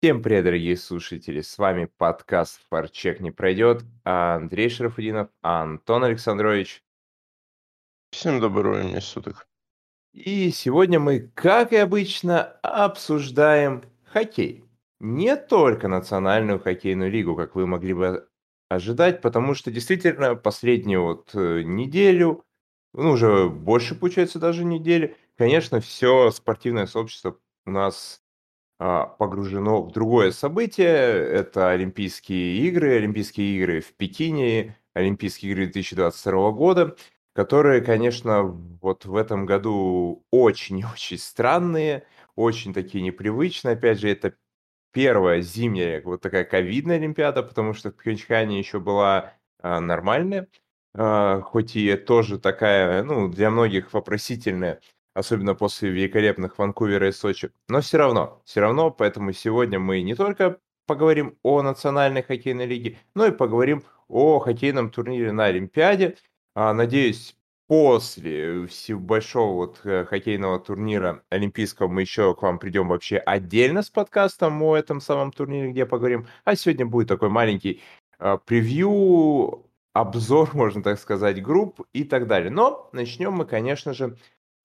Всем привет, дорогие слушатели! С вами подкаст «Фарчек не пройдет». Андрей Шарафудинов, Антон Александрович. Всем доброго времени суток. И сегодня мы, как и обычно, обсуждаем хоккей. Не только Национальную хоккейную лигу, как вы могли бы ожидать, потому что действительно последнюю неделю, ну уже больше получается даже недели, конечно, все спортивное сообщество у нас погружено в другое событие. Это Олимпийские игры в Пекине, Олимпийские игры 2022 года, которые, конечно, вот в этом году очень и очень странные, очень такие непривычные. Опять же, это первая зимняя вот такая ковидная Олимпиада, потому что в Пхенчхане еще была нормальная, хоть и тоже такая, ну, для многих вопросительная, особенно после великолепных Ванкувера и Сочи. Но все равно, поэтому сегодня мы не только поговорим о национальной хоккейной лиге, но и поговорим о хоккейном турнире на Олимпиаде. Надеюсь, после всего большого хоккейного турнира олимпийского мы еще к вам придем вообще отдельно с подкастом о этом самом турнире, где поговорим. А сегодня будет такой маленький превью, обзор, можно так сказать, групп и так далее. Но начнем мы, конечно же,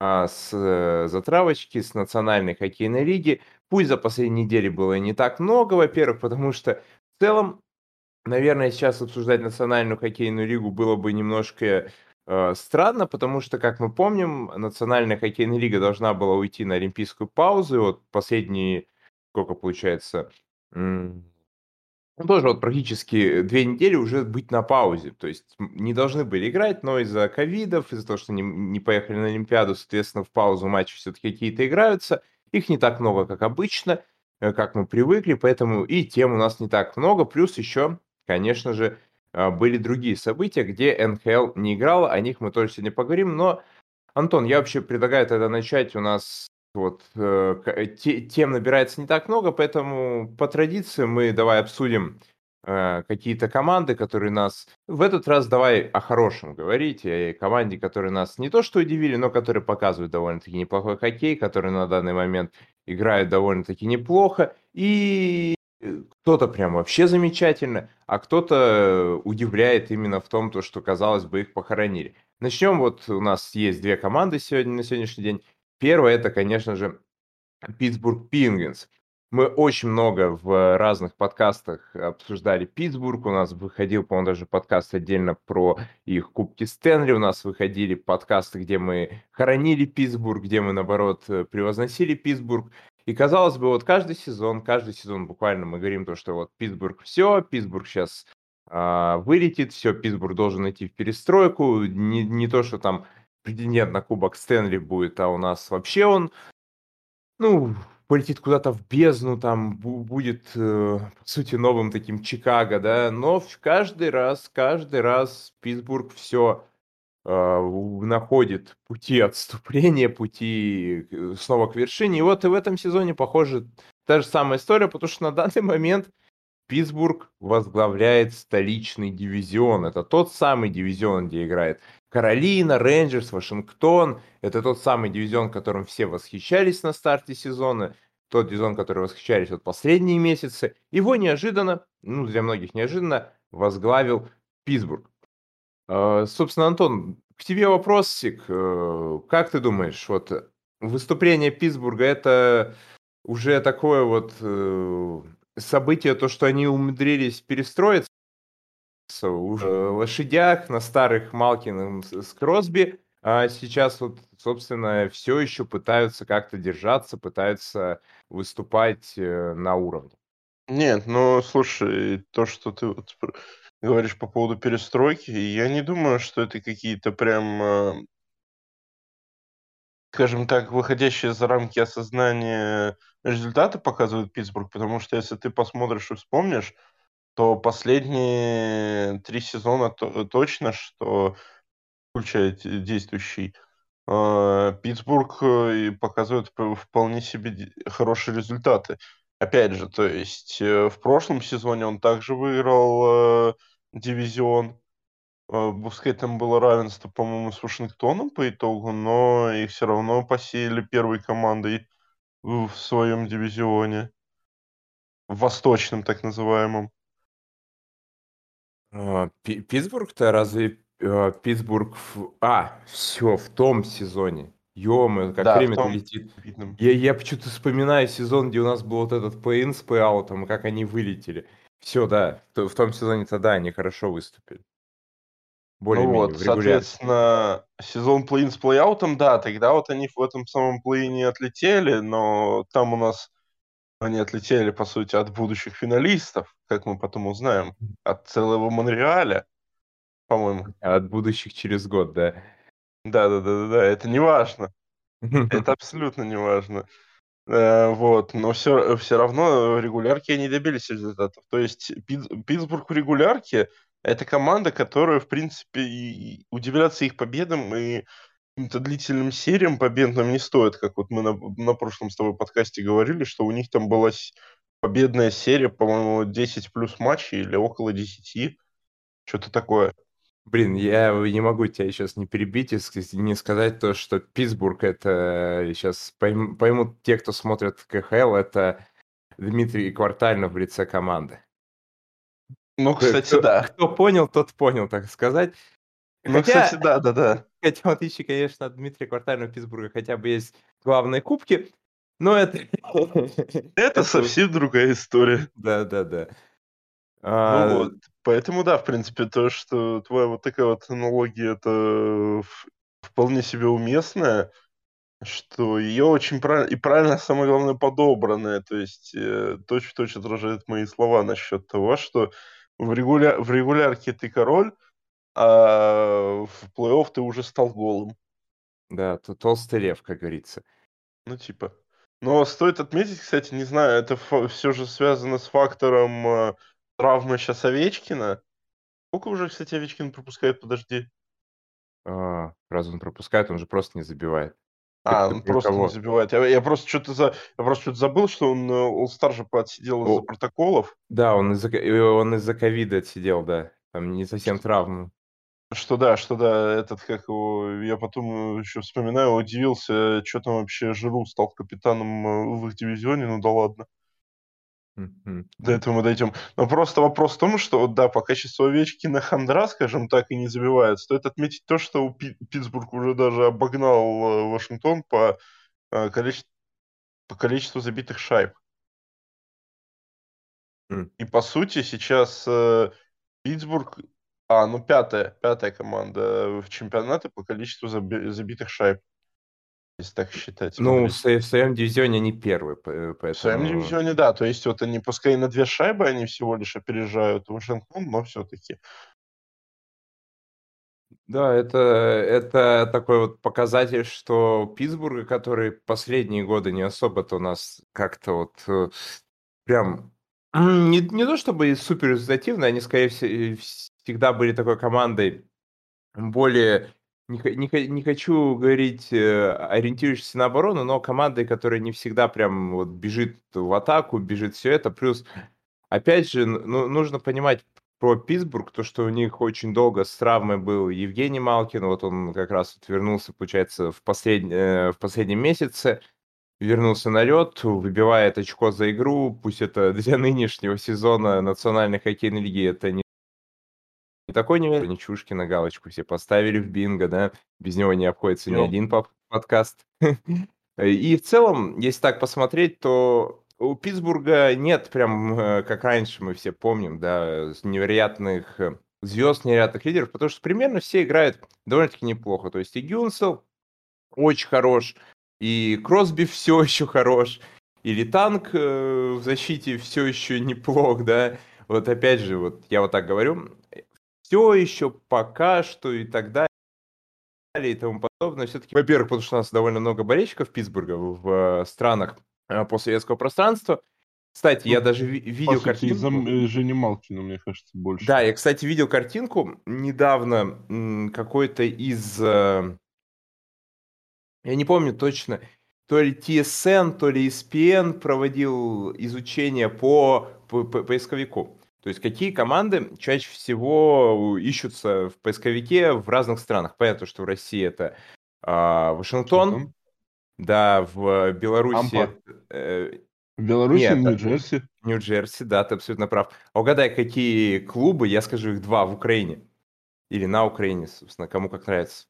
с затравочки, с Национальной хоккейной лиги. Пусть за последние недели было не так много, во-первых, потому что в целом, наверное, сейчас обсуждать Национальную хоккейную лигу было бы немножко странно, потому что, как мы помним, Национальная хоккейная лига должна была уйти на олимпийскую паузу. И вот последние, сколько получается, ну, тоже вот практически 2 недели уже быть на паузе. То есть не должны были играть, но из-за ковидов, из-за того, что не поехали на Олимпиаду, соответственно, в паузу матчи все-таки какие-то играются. Их не так много, как обычно, как мы привыкли, поэтому и тем у нас не так много. Плюс еще, конечно же, были другие события, где НХЛ не играла, о них мы тоже сегодня поговорим. Но, Антон, я вообще предлагаю тогда начать. У нас тем набирается не так много, поэтому по традиции мы давай обсудим какие-то команды, которые нас... В этот раз давай о хорошем говорить, о команде, которые нас не то что удивили, но которые показывают довольно-таки неплохой хоккей, которые на данный момент играют довольно-таки неплохо, и кто-то прям вообще замечательно, а кто-то удивляет именно в том, то, что, казалось бы, их похоронили. Начнем, вот у нас есть две команды сегодня, на сегодняшний день. Первое это, конечно же, Питтсбург Пингвинс. Мы очень много в разных подкастах обсуждали Питтсбург. У нас выходил, по-моему, даже подкаст отдельно про их Кубки Стэнли. У нас выходили подкасты, где мы хоронили Питтсбург, где мы, наоборот, превозносили Питтсбург. И казалось бы, вот каждый сезон буквально мы говорим то, что вот Питтсбург все, Питтсбург сейчас вылетит, все, Питтсбург должен идти в перестройку. Не то, что там претендент на Кубок Стэнли будет, а у нас вообще он ну, полетит куда-то в бездну, там будет, по сути, новым таким Чикаго, да, но каждый раз Питтсбург все находит пути отступления, пути снова к вершине. И вот и в этом сезоне, похоже, та же самая история, потому что на данный момент Питтсбург возглавляет столичный дивизион. Это тот самый дивизион, где играет Каролина, Рейнджерс, Вашингтон. Это тот самый дивизион, которым все восхищались на старте сезона. Тот дивизион, который восхищались вот последние месяцы. Его неожиданно, ну, для многих неожиданно, возглавил Питтсбург. Собственно, Антон, к тебе вопросик. Как ты думаешь, вот выступление Питтсбурга это уже такое вот событие, то, что они умудрились перестроиться уже лошадях, на старых Малкиным с Кросби, а сейчас вот, собственно, все еще пытаются как-то держаться, пытаются выступать на уровне. Нет, ну слушай, то, что ты вот говоришь по поводу перестройки, я не думаю, что это какие-то прям, скажем так, выходящие за рамки осознания результаты показывает Питтсбург, потому что если ты посмотришь и вспомнишь, то последние 3 сезона точно, что включая действующий, Питтсбург, и показывает вполне себе хорошие результаты. Опять же, то есть, в прошлом сезоне он также выиграл, дивизион. Пускай там было равенство, по-моему, с Вашингтоном по итогу, но их все равно посеяли первой командой в своем дивизионе. в восточном так называемом. Питтсбург-то разве Питтсбург все, в том сезоне. Ё-моё, как Да, в время-то том летит. видном. Я почему-то вспоминаю сезон, где у нас был вот этот плей-ин с плей-аутом, и как они вылетели. Все, да, в том сезоне-то, да, они хорошо выступили. Ну Более-менее, вот, в регулярке. соответственно, сезон плей-ин с плей-аутом, да, тогда вот они в этом самом плей-ине отлетели, но там у нас они отлетели, по сути, от будущих финалистов, как мы потом узнаем, от целого Монреаля, по-моему. От будущих через год, да. Да-да-да-да-да, это не важно. Это абсолютно не важно. Вот, но все равно в регулярке они добились результатов. То есть Питтсбург в регулярке — это команда, которая, в принципе, и удивляться их победам и каким-то длительным сериям победным не стоит. Как вот мы на прошлом с тобой подкасте говорили, что у них там была победная серия, по-моему, 10 плюс матчей или около 10, что-то такое. Блин, я не могу тебя сейчас не перебить и не сказать то, что Питтсбург это сейчас поймут те, кто смотрит КХЛ, это Дмитрий Квартальнов в лице команды. Ну, кстати, Кто, да. кто понял, тот понял, так сказать. Ну, кстати, Хотя, да-да-да. хотя в отличие, конечно, от Дмитрия Квартального Питтсбурга хотя бы есть главные кубки, но это... Это это... совсем другая история. Да, да, да. Ну А, вот, поэтому да, в принципе, то, что твоя вот такая вот аналогия, это вполне себе уместная, что ее очень правильно, и правильно, самое главное, подобранная, то есть точь-в-точь отражает мои слова насчет того, что в регулярке ты король, а в плей-офф ты уже стал голым. да, толстый лев, как говорится. Ну, типа. Но стоит отметить, кстати, не знаю, это все же связано с фактором травмы сейчас Овечкина. Сколько уже, кстати, Овечкин пропускает, подожди? Раз он пропускает, он же просто не забивает. Ты Он про просто не кого? забивает. Я просто что-то забыл, что он All-Star же поотсидел из-за О, протоколов. да, он из-за ковида отсидел, да. Там не совсем травма. Что да, этот, как его, я потом еще вспоминаю, удивился, что там вообще Жиру стал капитаном в их дивизионе, ну да ладно. Мгм. До этого мы дойдем. Но просто вопрос в том, что, вот, да, по качеству Овечкина хандра, скажем так, и не забивает. Стоит отметить то, что Питтсбург уже даже обогнал Вашингтон э, количе- по количеству забитых шайб. М. И по сути сейчас Питтсбург, ну пятая команда в чемпионате по количеству забитых шайб, если так считать, Ну, в смотреть. своем дивизионе они первые, В своем поэтому дивизионе, да, то есть вот они пускай на 2 шайбы они всего лишь опережают Вашингтон, но все-таки. да, это такой вот показатель, что Питтсбурга, который последние годы не особо-то у нас как-то вот прям не то чтобы супер результативно, они скорее всегда были такой командой более, не хочу говорить, ориентирующейся на оборону, но командой, которая не всегда прям вот бежит в атаку, бежит все это. Плюс, опять же, ну, нужно понимать про Питтсбург, то, что у них очень долго с травмой был Евгений Малкин, вот он как раз вот вернулся, получается, в последнем месяце, вернулся на лед, выбивает очко за игру, пусть это для нынешнего сезона Национальной хоккейной лиги это не такой Нечушкина галочку все поставили в бинго, да, без него не обходится ни Йоу. один подкаст. И в целом, если так посмотреть, то у Питтсбурга нет прям, как раньше мы все помним, да, невероятных звезд, невероятных лидеров, потому что примерно все играют довольно-таки неплохо. То есть и Гюнсел очень хорош, и Кросби все еще хорош, и Литанг в защите все еще неплох, да. Вот опять же, вот я вот так говорю, все еще пока что и так далее и тому подобное. Все-таки, во-первых, потому что у нас довольно много болельщиков Питтсбурга в странах постсоветского пространства. Кстати, я Ну, даже по видел сути, из-за картинку. Жени Малкина, мне кажется, больше. Да, я, кстати, видел картинку недавно какой-то из я не помню точно, то ли TSN, то ли ESPN проводил изучение по поисковику. То есть какие команды чаще всего ищутся в поисковике в разных странах. Понятно, что в России это Вашингтон, Вашингтон. да, в Беларуси Тампа. В Беларуси, Нет, Нью-Джерси. Нью-Джерси, да, ты абсолютно прав. А угадай, какие клубы, я скажу их два, в Украине. Или на Украине, собственно, кому как нравится.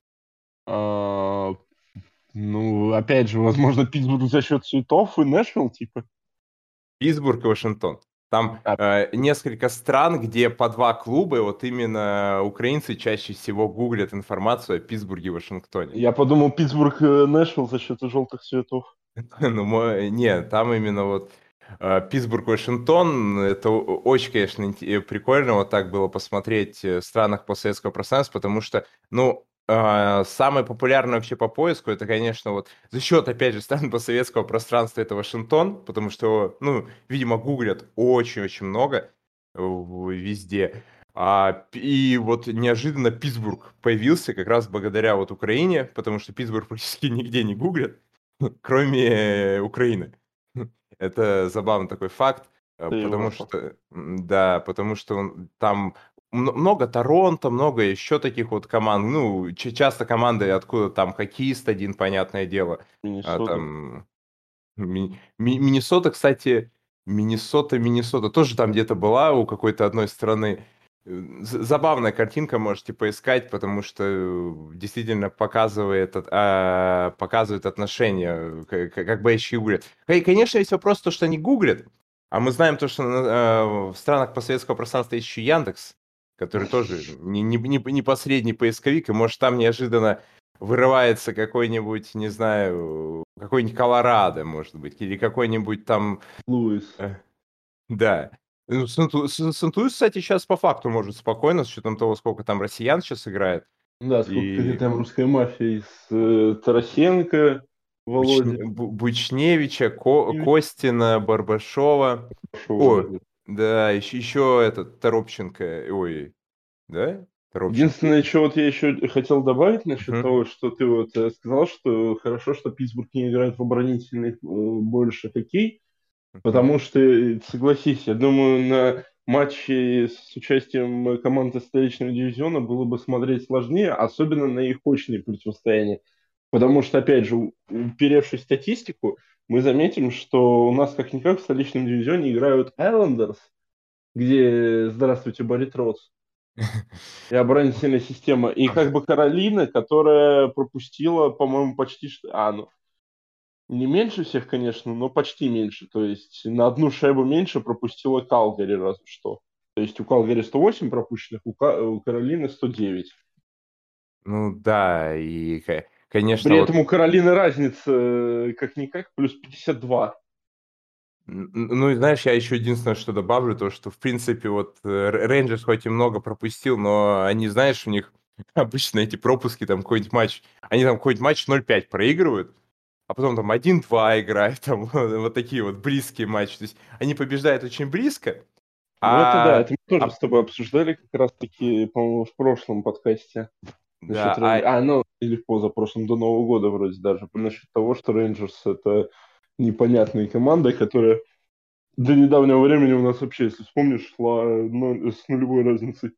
А, ну, опять же, возможно, Питтсбург за счет цветов и Нэшвилл, типа. Питтсбург и Вашингтон. Там А, несколько стран, где по два клуба, и вот именно украинцы чаще всего гуглят информацию о Питтсбурге и Вашингтоне. я подумал, Питтсбург, Нэшвилл за счет желтых цветов. Ну, нет, там именно вот Питтсбург, Вашингтон, это очень, конечно, прикольно вот так было посмотреть в странах постсоветского пространства, потому что, ну, самое популярное вообще по поиску, это, конечно, вот за счет, опять же, стран постсоветского пространства это Вашингтон, потому что, ну, видимо, гуглят очень-очень много везде. И вот неожиданно Питтсбург появился как раз благодаря вот Украине, потому что Питтсбург практически нигде не гуглят, кроме Украины. Это забавный такой факт, Это потому Европа. что, да, потому что там много Торонто, много еще таких вот команд. Ну, часто команды, откуда там хоккеист один, понятное дело. Миннесота. Там Миннесота, кстати, Миннесота тоже там где-то была у какой-то одной страны. Забавная картинка, можете поискать, потому что действительно показывает отношения, как болельщики гуглят. Конечно, есть вопрос, то, что они гуглят, а мы знаем то, что в странах постсоветского пространства есть еще Яндекс, который тоже не последний поисковик, и может там неожиданно вырывается какой-нибудь, не знаю, какой-нибудь Колорадо, может быть, или какой-нибудь там, Луис. э, да. Ну, Сент-Луис, кстати, сейчас по факту может спокойно, с учетом того, сколько там россиян сейчас играет. Да, сколько И там русская мафия из Тарасенко, Володи. Бучневича, Костина, Барбашова. Пошел, О, да. да, еще этот Торопченко. Ой, да? Торопченко. Единственное, что вот я еще хотел добавить насчет Мгм. того, что ты вот сказал, что хорошо, что Питтсбург не играет в оборонительный больше хоккей, Мгм. потому что, согласись, я думаю, на матчи с участием команды столичного дивизиона было бы смотреть сложнее, особенно на их очные противостояния. Потому что, опять же, уперевшись в статистику, мы заметим, что у нас как-никак в столичном дивизионе играют Islanders, где, здравствуйте, Барри Тротс, и оборонительная система, и как бы Каролина, которая пропустила, по-моему, почти что... ну, не меньше всех, конечно, но почти меньше. То есть на одну шайбу меньше пропустила Калгари разве что. То есть у Калгари 108 пропущенных, у Каролины 109. Ну да, и, конечно, При вот. этом у Каролины разница, как-никак, плюс 52. Ну и знаешь, я еще единственное, что добавлю, то, что, в принципе, вот Рейнджерс хоть и много пропустил, но они, знаешь, у них обычно эти пропуски, там, какой-нибудь матч, они там какой-нибудь матч 0-5 проигрывают, а потом там 1-2 играют, там, вот такие вот близкие матчи. То есть они побеждают очень близко, Ну это да, а, это мы тоже а с тобой обсуждали как раз-таки, по-моему, в прошлом подкасте да, насчет Рейнджерс. Ну, или в позапрошлом, до Нового года вроде даже, насчет того, что Рейнджерс это непонятная команда, которая до недавнего времени у нас вообще, если вспомнишь, шла с нулевой разницей.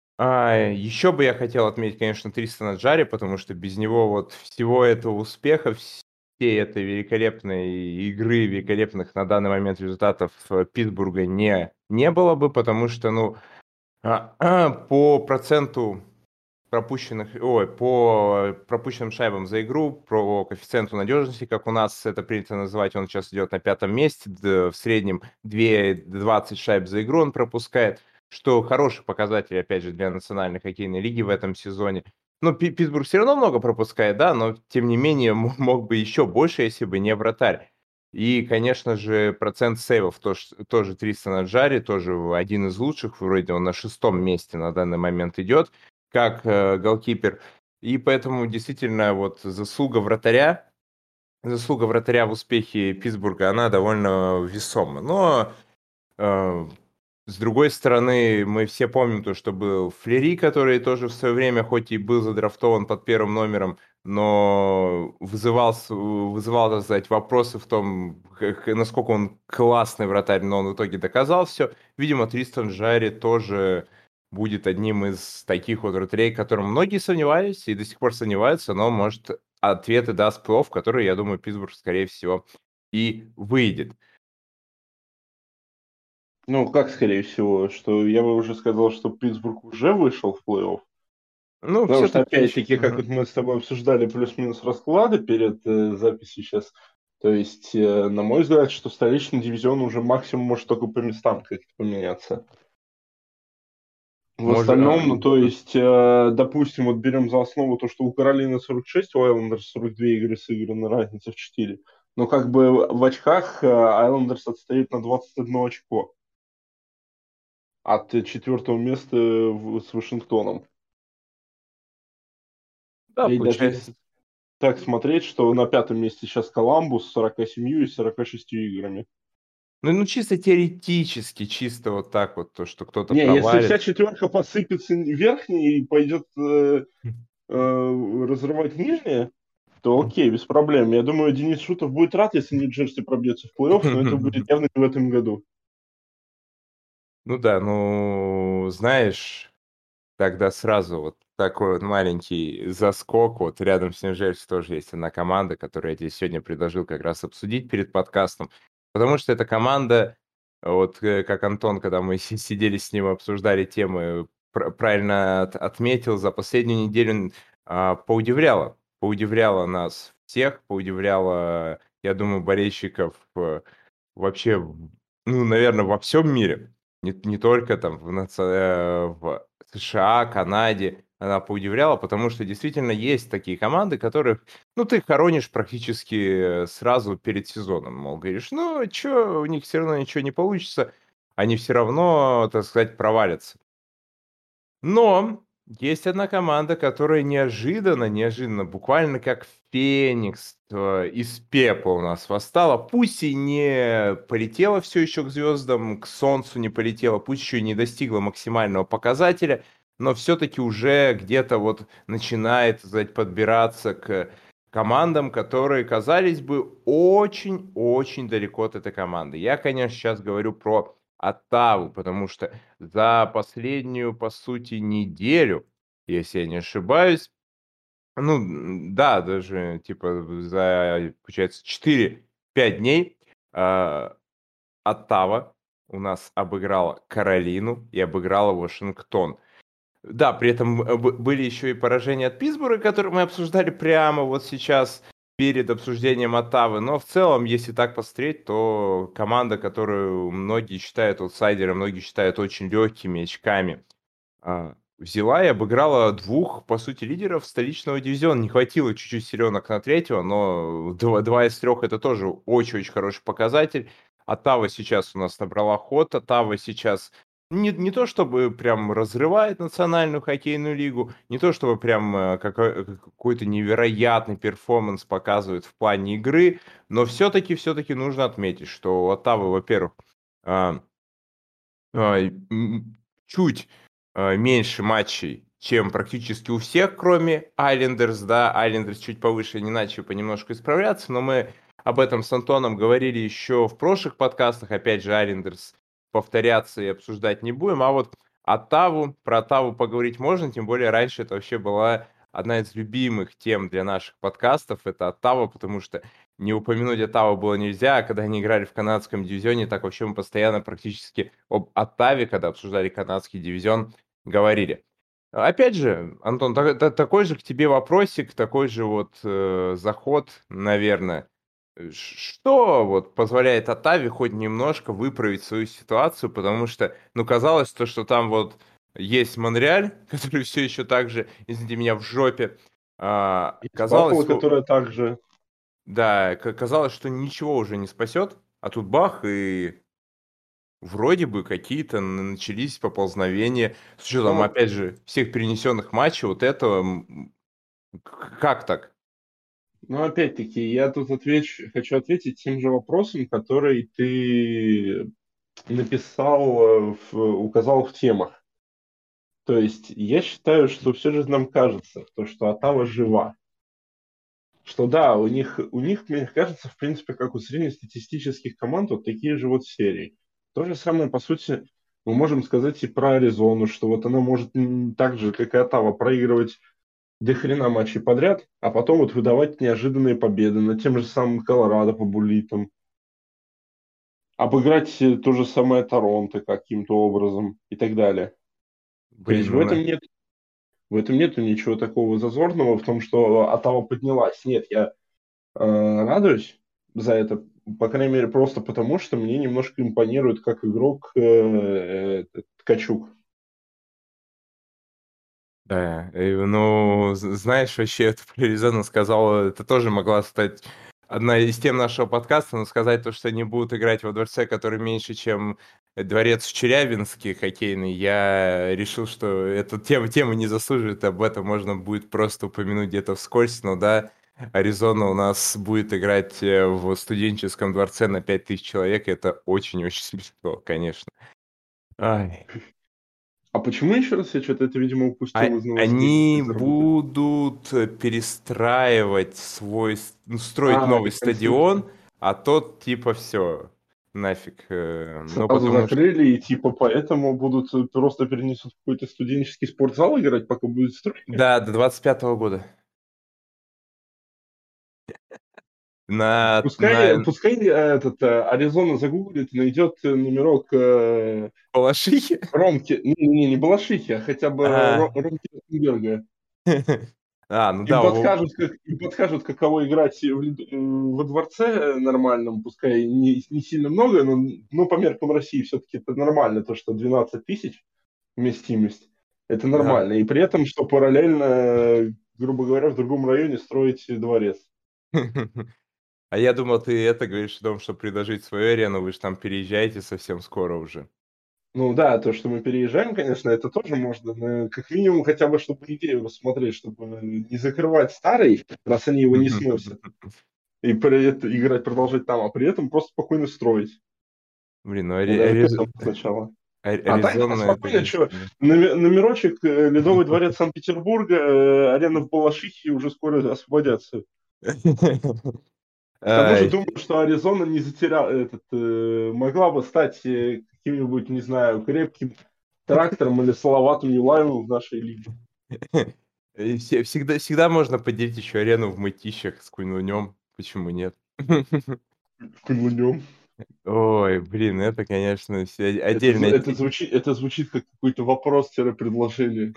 Еще бы я хотел отметить, конечно, Тристана Джари, потому что без него вот всего этого успеха, всей этой великолепной игры, великолепных на данный момент результатов Питтсбурга не было бы, потому что, ну, по проценту по пропущенным шайбам за игру, про коэффициенту надежности, как у нас это принято называть, он сейчас идет на пятом месте, в среднем 20 шайб за игру он пропускает, что хороший показатель, опять же, для Национальной хоккейной лиги в этом сезоне. Ну, Питтсбург все равно много пропускает, да, но тем не менее мог бы еще больше, если бы не вратарь. И, конечно же, процент сейвов тоже 300 на Джаре, тоже один из лучших, вроде он на шестом месте на данный момент идет как голкипер. И поэтому действительно вот заслуга вратаря в успехе Питтсбурга, она довольно весома. Но э, с другой стороны, мы все помним то, что был Флери, который тоже в свое время, хоть и был задрафтован под первым номером, но вызывал, так сказать, вопросы в том, насколько он классный вратарь, но он в итоге доказал все. Видимо, Тристан Джари тоже будет одним из таких вот вратарей, которым многие сомневались и до сих пор сомневаются, но, может, ответы даст плов, который, я думаю, Питтсбург, скорее всего, и выйдет. Ну, как скорее всего, что я бы уже сказал, что Питтсбург уже вышел в плей-офф. Ну, Потому что, все-таки еще. опять-таки, как вот мы с тобой обсуждали плюс-минус расклады перед записью сейчас, то есть, на мой взгляд, что столичный дивизион уже максимум может только по местам как-то поменяться. В Может, остальном, ну, то есть, допустим, вот берем за основу то, что у Каролины 46, у Айлендерс 42 игры сыграны, разница в 4. Но как бы в очках Айлендерс отстоит на 21 очко от четвертого места с Вашингтоном. да, И даже получается. если так смотреть, что на пятом месте сейчас Коламбус с 47 и 46 играми. Ну, чисто теоретически, чисто вот так вот, то, что кто-то Не, если вся провалит. четверка посыпется верхней и пойдет разрывать нижние, то окей, без проблем. Я думаю, Денис Шутов будет рад, если Нью-Джерси пробьется в плей-офф, но это будет явно не в этом году. Ну да, ну, знаешь, тогда сразу вот такой вот маленький заскок. Вот рядом с Нью-Джерси тоже есть одна команда, которую я тебе сегодня предложил как раз обсудить перед подкастом. Потому что эта команда, вот как Антон, когда мы сидели с ним, обсуждали темы, правильно отметил, за последнюю неделю поудивляла. Поудивляла нас всех, поудивляла, я думаю, болельщиков вообще, ну, наверное, во всем мире. Не только там в США, Канаде она поудивляла, потому что действительно есть такие команды, которых, ну, ты хоронишь практически сразу перед сезоном. Мол, говоришь, ну, чё, у них все равно ничего не получится, они все равно, так сказать, провалятся. Но есть одна команда, которая неожиданно, буквально как феникс из пепла у нас восстала. Пусть и не полетела все еще к звездам, к солнцу не полетела, пусть еще и не достигла максимального показателя, но все-таки уже где-то вот начинает, так сказать, подбираться к командам, которые казались бы очень-очень далеко от этой команды. Я, конечно, сейчас говорю про Оттаву, потому что за последнюю, по сути, неделю, если я не ошибаюсь, ну да, даже типа за, получается, 4-5 дней а, Оттава у нас обыграла Каролину и обыграла Вашингтон. Да, при этом были еще и поражения от Питтсбурга, которые мы обсуждали прямо вот сейчас перед обсуждением Оттавы. Но в целом, если так посмотреть, то команда, которую многие считают аутсайдером, многие считают очень легкими очками, взяла и обыграла двух, по сути, лидеров столичного дивизиона. Не хватило чуть-чуть силенок на третьего, но два из трех это тоже очень-очень хороший показатель. Оттава сейчас у нас набрала ход. Оттава сейчас не то чтобы прям разрывает национальную хоккейную лигу, не то чтобы прям какой-то невероятный перформанс показывает в плане игры, но все-таки нужно отметить, что у Оттавы, во-первых, а, чуть меньше матчей, чем практически у всех, кроме Айлендерс, да, Айлендерс чуть повыше, не начали понемножку исправляться, но мы об этом с Антоном говорили еще в прошлых подкастах, опять же, Айлендерс повторяться и обсуждать не будем, а вот про Оттаву поговорить можно, тем более раньше это вообще была одна из любимых тем для наших подкастов, это Оттава, потому что не упомянуть Оттаву было нельзя, а когда они играли в канадском дивизионе, так вообще мы постоянно практически об Оттаве, когда обсуждали канадский дивизион, говорили. Опять же, Антон, такой же к тебе вопросик, такой же вот заход, наверное. Что вот позволяет Оттаве хоть немножко выправить свою ситуацию, потому что, ну, казалось то, что там вот есть Монреаль, который все еще так же, извините меня, в жопе. Есть Баффало, Казалось, которая также... да, казалось, что ничего уже не спасет, а тут бах, и вроде бы какие-то начались поползновения. С учетом, Ну, опять же, всех перенесенных матчей, вот этого, как так? ну, опять-таки, я тут хочу ответить тем же вопросом, который ты написал, указал в темах. То есть я считаю, что все же нам кажется, то, что Оттава жива. Что да, у них, мне кажется, в принципе, как у среднестатистических команд, вот такие же вот серии. То же самое, по сути, мы можем сказать и про Аризону, что вот она может так же, как и Оттава, проигрывать до хрена матчей подряд, а потом вот выдавать неожиданные победы над тем же самым Колорадо по буллитам. обыграть то же самое Торонто каким-то образом и так далее. То есть Блин, ну на... в этом нету ничего такого зазорного в том, что Оттава поднялась. Нет, я радуюсь за это, по крайней мере, просто потому, что мне немножко импонирует как игрок Ткачук. Да, ну, знаешь, вообще, это Аризона сказала, это тоже могла стать одна из тем нашего подкаста, но сказать то, что они будут играть во дворце, который меньше, чем дворец в Челябинске хоккейный, я решил, что эта тема не заслуживает, об этом можно будет просто упомянуть где-то вскользь, но да, Аризона у нас будет играть в студенческом дворце на 5000 человек, и это очень-очень смешно, конечно. Ай. А почему еще раз я что-то это, видимо, упустил из новостей, Они из работы? будут перестраивать ну, строить новый Реконструкция. стадион, а тот типа все, нафиг. Ну, Сразу потому что... закрыли и типа поэтому будут просто перенесут в какой-то студенческий спортзал играть, пока будет стройка. Да, до 25-го года. На Пускай Аризона загуглит, найдет номерок Балашихе? Ромки, не Балашихи, а хотя бы А, Ромки Ротенберга. ну да, Им подскажут, каково играть во дворце нормальном, пускай не сильно много, но по меркам России все-таки это нормально, то, что 12 тысяч вместимость, это да. нормально. И при этом, что параллельно, грубо говоря, в другом районе строить дворец. А я думал, ты это говоришь о том, чтобы предложить свою арену, вы же там переезжаете совсем скоро уже. Ну да, то, что мы переезжаем, конечно, это тоже можно, но как минимум хотя бы, чтобы идею рассмотреть, чтобы не закрывать старый, раз они его не сносят, и при этом играть, продолжать там, а при этом просто спокойно строить. Блин, ну Я даже к этому сначала. А так, да, Аризона это спокойно, что действительно. номерочек, Ледовый дворец Санкт-Петербурга, арена в Балашихе уже скоро освободятся. К тому же Ай, думаю, что Аризона не затеряла могла бы стать каким-нибудь, не знаю, крепким трактором или Салаватом Юлаевым в нашей лиге. и всегда можно поделить еще арену в Мытищах с Куньлунем. Почему нет? Кунлунем. Ой, блин, это, конечно, отдельная Это звучит как какой-то вопрос-предложение.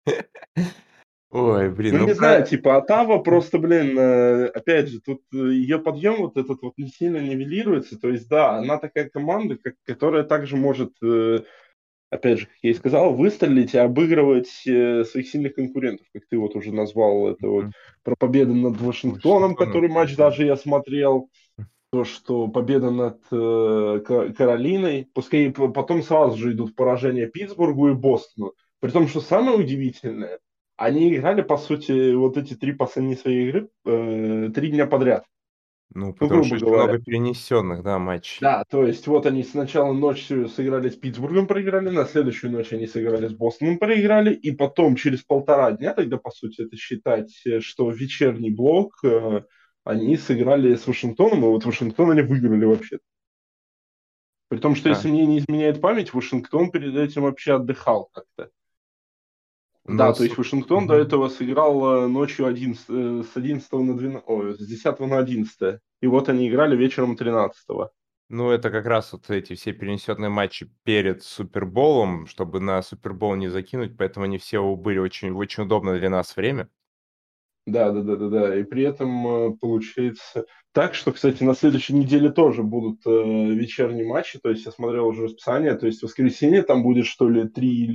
Ой, блин, Ну, ну не знаю, про... типа Оттава просто, блин, опять же, тут ее подъем вот этот вот не сильно нивелируется. То есть, да, она такая команда, которая также может, опять же, как я и сказал, выстрелить и обыгрывать своих сильных конкурентов, как ты вот уже назвал это вот Мгм. про победу над Вашингтоном, Вашингтоном, который матч да. даже я смотрел, то, что победа над Каролиной, пускай потом сразу же идут поражения Питтсбургу и Бостону. При том, что самое удивительное, они играли, по сути, вот эти три последние свои игры 3 дня подряд. Ну, Ну, потому что грубо очень говоря. много перенесенных, да, матчей. Да, то есть вот они сначала ночью сыграли с Питтсбургом, проиграли, на следующую ночь они сыграли с Бостоном, проиграли, и потом через 1,5 дня, тогда, по сути, это считать, что вечерний блок они сыграли с Вашингтоном, и вот Вашингтон они выиграли вообще. При том, что, А, если мне не изменяет память, Вашингтон перед этим вообще отдыхал как-то. Да, ну, то есть Вашингтон до этого сыграл ночью с 11 на 12, ой, с 10 на 11. И вот они играли вечером 13. ну, это как раз вот эти все перенесенные матчи перед Суперболом, чтобы на Супербол не закинуть, поэтому они все были очень удобно для нас время. Да, да, да, да, да. И при этом получается так, что, кстати, на следующей неделе тоже будут вечерние матчи. То есть я смотрел уже расписание. То есть в воскресенье там будет, что ли,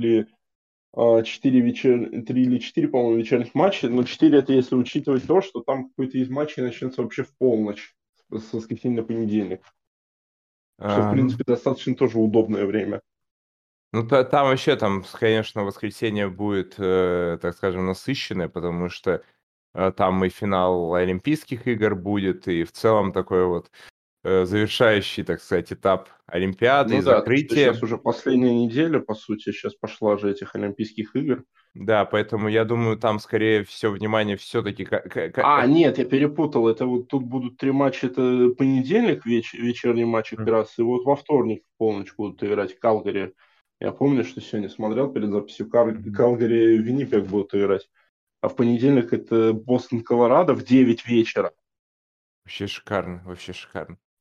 3 или 4, по-моему, вечерних матчей. Но 4 это если учитывать то, что там какой-то из матчей начнется вообще в полночь с воскресенья на понедельник. Что, в Ну, принципе, достаточно тоже удобное время. ну, там вообще, там, конечно, воскресенье будет, так скажем, насыщенное, потому что там и финал Олимпийских игр будет, и в целом такой вот завершающий, так сказать, этап Олимпиады и Ну да, то, что сейчас закрытие. уже последняя неделя, по сути, сейчас пошла же этих Олимпийских игр. Да, поэтому я думаю, там скорее все внимание все-таки... Нет, я перепутал. Это вот тут будут 3 матча. Это понедельник, вечерний матч как раз. И вот во вторник в полночь будут играть Калгари. Я помню, что сегодня смотрел перед записью. Калгари и Виннипег будут играть. А в понедельник это Бостон, Колорадо в 9 вечера. Вообще шикарно, вообще шикарно.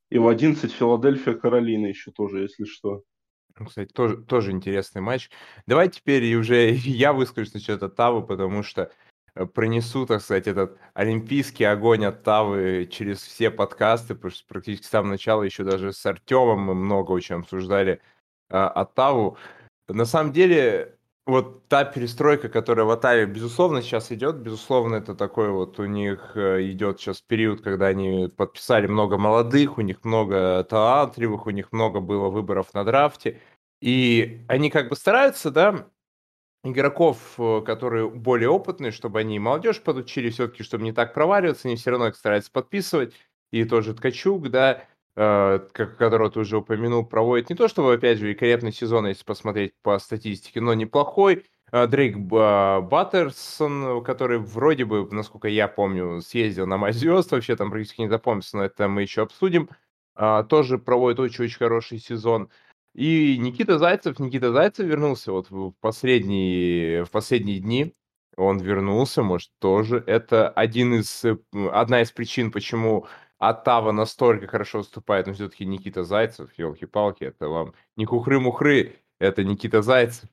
И в 11 Филадельфия, Каролина еще тоже, если что. Ну, кстати, тоже интересный матч. Давай теперь и уже я выскажусь насчет Оттавы, потому что пронесу, так сказать, этот олимпийский огонь Оттавы через все подкасты, потому что практически с самого начала еще даже с Артемом мы много очень обсуждали Оттаву. На самом деле, вот та перестройка, которая в Оттаве, безусловно, сейчас идет, безусловно, это такой вот у них идет сейчас период, когда они подписали много молодых, у них много талантливых, у них много было выборов на драфте, и они как бы стараются, да, игроков, которые более опытные, чтобы они и молодежь подучили, все-таки, чтобы не так проваливаться, они все равно их стараются подписывать. И тоже Ткачук, да, которого ты уже упомянул, проводит не то чтобы, опять же, великолепный сезон, если посмотреть по статистике, но неплохой. Дрейк Баттерсон, который вроде бы, насколько я помню, съездил на матч звезд, вообще там практически не запомнился, но это мы еще обсудим, тоже проводит очень-очень хороший сезон. И Никита Зайцев вернулся вот в последние дни. Он вернулся, может, тоже. Это одна из причин, почему Оттава настолько хорошо выступает, но все-таки Никита Зайцев, елки-палки, это вам не хухры-мухры, это Никита Зайцев.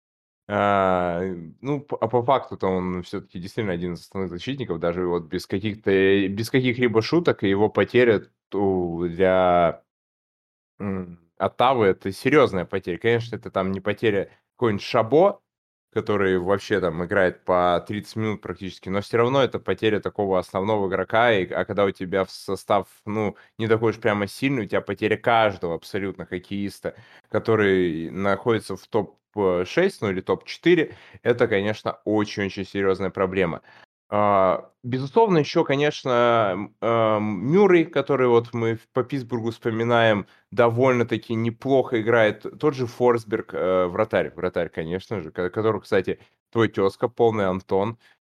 А, а по факту-то он все-таки действительно один из основных защитников, даже вот без каких-либо шуток, и его потеря для Оттавы — это серьезная потеря. Конечно, это там не потеря какой-нибудь Шабо, который вообще там играет по 30 минут практически, но все равно это потеря такого основного игрока, а когда у тебя в состав, не такой уж прямо сильный, у тебя потеря каждого абсолютно хоккеиста, который находится в топ-6, или топ-4, это, конечно, очень-очень серьезная проблема. Безусловно, еще, конечно, Мюррей, который вот мы по Питтсбургу вспоминаем, довольно-таки неплохо играет. Тот же Форсберг, вратарь, конечно же, который, кстати, твой тезка, полный Антон.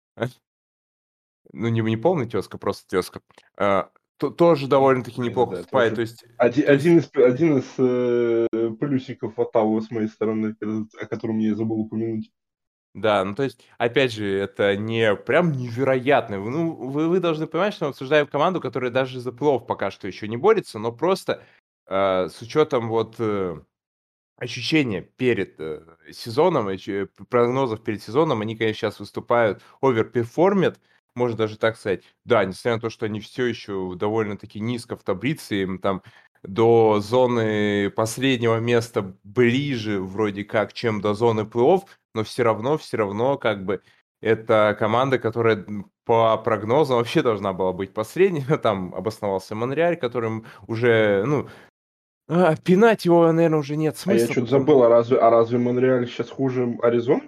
Ну, не полный тезка, просто тезка. Тоже довольно-таки неплохо Да, выступает. тоже То есть, то есть, один из плюсиков Оттавы с моей стороны, о котором я забыл упомянуть. да, то есть, опять же, это не прям невероятно. Ну, вы должны понимать, что мы обсуждаем команду, которая даже за плей пока что еще не борется, но просто с учетом вот ощущения перед сезоном, прогнозов перед сезоном, они, конечно, сейчас выступают, оверперформят, можно даже так сказать. Да, несмотря на то, что они все еще довольно-таки низко в таблице, им там до зоны последнего места ближе вроде как, чем до зоны плей-офф, но все равно, как бы, это команда, которая по прогнозам вообще должна была быть последней. Там обосновался Монреаль, которым уже, пинать его, наверное, уже нет А я смысла, что-то потому забыл, а разве Монреаль сейчас хуже Аризоны?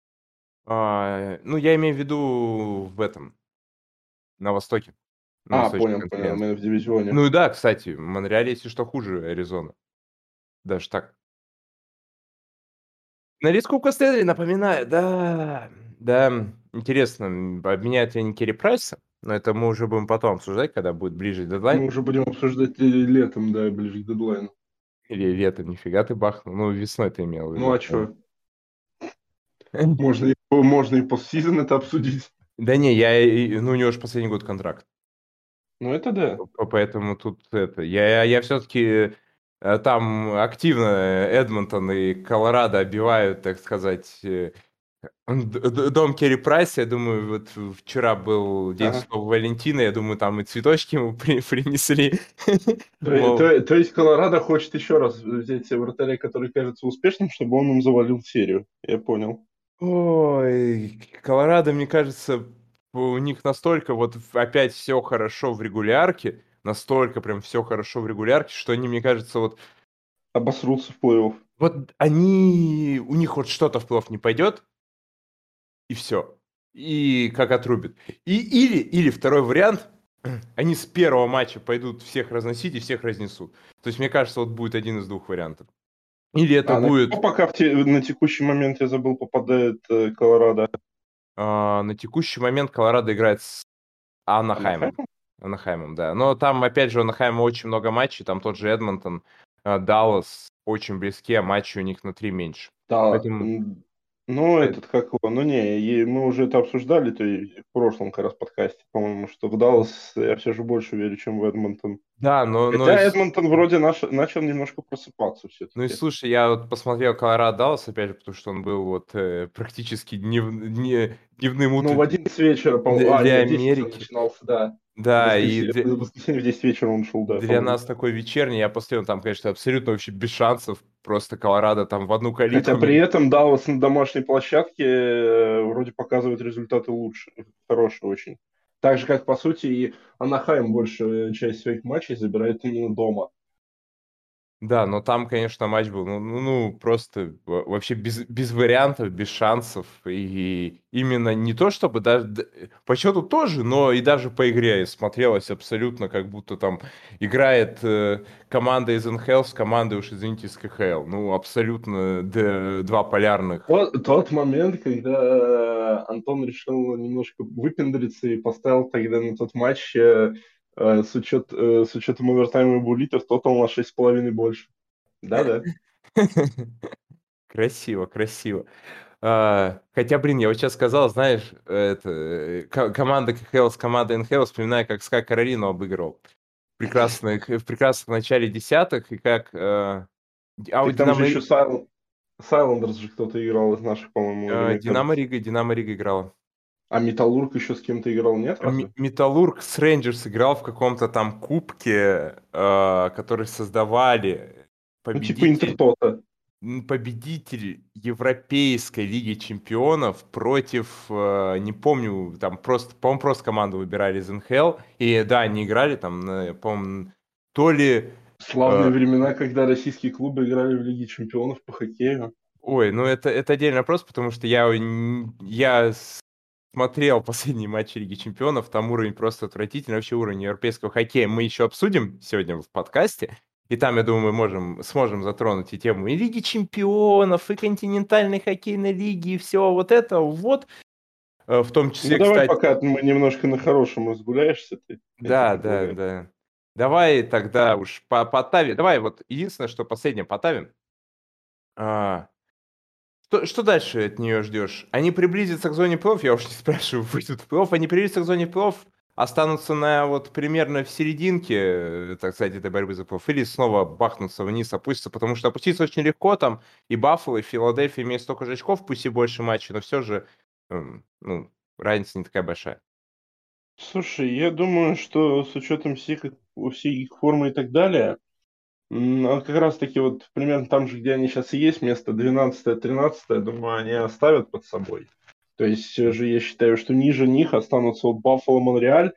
я имею в виду в этом, на востоке, на А, восточной понял, конференции. именно в дивизионе. Ну и да, кстати, Монреаль, если что, хуже Аризоны. Даже так. На риску Костелли, напоминаю, да, да, интересно, обменяют ли они Керри Прайса, но это мы уже будем потом обсуждать, когда будет ближе дедлайн. Мы уже будем обсуждать летом, да, ближе к дедлайну. Или летом, нифига ты бахнул. Ну, весной ты имел в Ну виду. а что? Можно и постсезон это обсудить. Да не, у него же последний год контракт. Ну это да. Поэтому тут это. Я все-таки там активно Эдмонтон и Колорадо оббивают, так сказать, дом Керри Прайса. Я думаю, вот вчера был День Ага. Святого Валентина, я думаю, там и цветочки ему принесли. То, Мол, то- то есть Колорадо хочет еще раз взять себе вратаря, который кажется успешным, чтобы он им завалил серию. Я понял. ой, Колорадо, мне кажется, у них настолько вот опять все хорошо в регулярке, настолько прям все хорошо в регулярке, что они, мне кажется, Обосрутся в плей-офф. у них вот что-то в плей не пойдет, и все. И как отрубит. Или второй вариант, они с первого матча пойдут всех разносить и всех разнесут. То есть, мне кажется, вот будет один из двух вариантов. Или это А на кого будет пока на текущий момент, я забыл, попадает Колорадо? на текущий момент Колорадо играет с Анахайм? Анахаймом. Анахаймом, да. Но там, опять же, у Анахайма очень много матчей. Там тот же Эдмонтон, Даллас очень близки, а матчей у них на 3 меньше. Да, Поэтому Ну, Э, этот, как его, ну не, мы уже это обсуждали, то и в прошлом как раз подкасте, по-моему, что в Даллас я все же больше верю, чем в Эдмонтон. Да, Хотя Эдмонтон вроде начал немножко просыпаться ну и все-таки. слушай, я вот посмотрел Колорадо Даллас, опять же, потому что он был вот практически дневным Ну, в утром 11 вечера, для нет, в 10 уже Америки. начинался, да. Да, и В воскресенье в 10 вечера он шел, да, для по-моему. нас такой вечерний, я посмотрел, там, конечно, абсолютно вообще без шансов, просто Колорадо там в одну Хотя калитку при не... этом Даллас на домашней площадке вроде показывает результаты лучше, хорошие очень. Так же, как, по сути, и Анахайм большую часть своих матчей забирает именно дома. Да, но там, конечно, матч был, просто вообще без вариантов, без шансов. И именно не то, чтобы даже по счету тоже, но и даже по игре смотрелось абсолютно, как будто там играет команда из НХЛ с командой, уж извините, из КХЛ. Ну, абсолютно два полярных. Тот момент, когда Антон решил немножко выпендриться и поставил тогда на тот матч с учетом овертайма и буллитов, тотал на 6,5 больше. Да-да. Красиво, красиво. Хотя, блин, я вот сейчас сказал, знаешь, команда КХЛ с командой НХЛ, вспоминаю, как СКА Каролину обыгрывал. В прекрасном начале десятых, и как... у Так там же Динамо, еще Сайлендерс же кто-то играл из наших, по-моему, или мне кажется. Динамо Рига играла. А Металлург еще с кем-то играл, нет, разве? Металлург с Рейнджерс играл в каком-то там кубке, который создавали Ну, типа победитель Интертота. победитель Европейской Лиги Чемпионов против, не помню, там просто, по-моему, просто команду выбирали из НХЛ. И да, они играли там, по-моему, то ли... Славные э, времена, когда российские клубы играли в Лиге Чемпионов по хоккею. ой, ну это отдельный вопрос, потому что я смотрел последние матчи Лиги Чемпионов, там уровень просто отвратительный, вообще уровень европейского хоккея мы еще обсудим сегодня в подкасте, и там, я думаю, сможем затронуть и тему и Лиги Чемпионов, и континентальной хоккейной лиги, и всего вот этого, вот, в том Ну, числе, давай, кстати, пока мы немножко на хорошем разгуляешься, ты. Я тебе да, да, предлагаю. да. Давай тогда уж потавим, давай вот единственное, что последнее потавим. А, что дальше от нее ждешь? Они приблизятся к зоне плей-офф, я уж не спрашиваю, выйдут в плей-офф, они приблизятся к зоне плей-офф, останутся на вот примерно в серединке, так сказать, этой борьбы за плей-офф, или снова бахнутся вниз, опустятся, потому что опуститься очень легко, там и Баффало, и Филадельфия имеют столько же очков, пусть и больше матчей, но все же, ну, разница не такая большая. Слушай, я думаю, что с учетом всей их формы и так далее, как раз таки вот примерно там же, где они сейчас и есть, место 12-13, думаю, они оставят под собой. То есть все же я считаю, что ниже них останутся вот Баффало, Монреаль.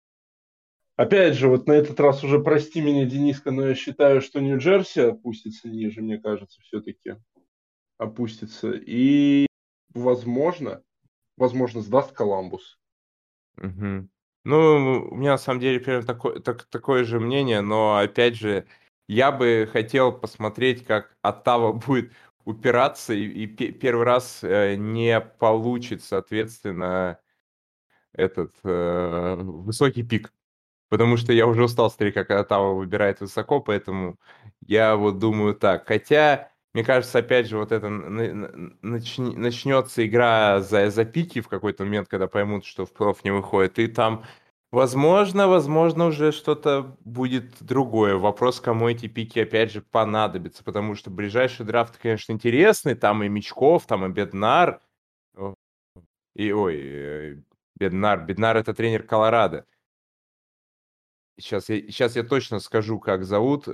Опять же, вот на этот раз уже прости меня, Дениска, но я считаю, что Нью-Джерси опустится ниже, мне кажется, все-таки опустится. И, возможно, сдаст Коламбус. Мгм. Ну, у меня на самом деле примерно такое же мнение, но опять же, я бы хотел посмотреть, как Оттава будет упираться, и первый раз не получит, соответственно, этот высокий пик. Потому что я уже устал смотреть, как Оттава выбирает высоко, поэтому я вот думаю так. Хотя, мне кажется, опять же, вот это начнется игра за пики в какой-то момент, когда поймут, что в плей-офф не выходит. И там, возможно, уже что-то будет другое. Вопрос, кому эти пики, опять же, понадобятся. Потому что ближайший драфт, конечно, интересный. Там и Мечков, там и Беднар. О, И, ой, Беднар это тренер Колорадо. Сейчас я точно скажу, как зовут.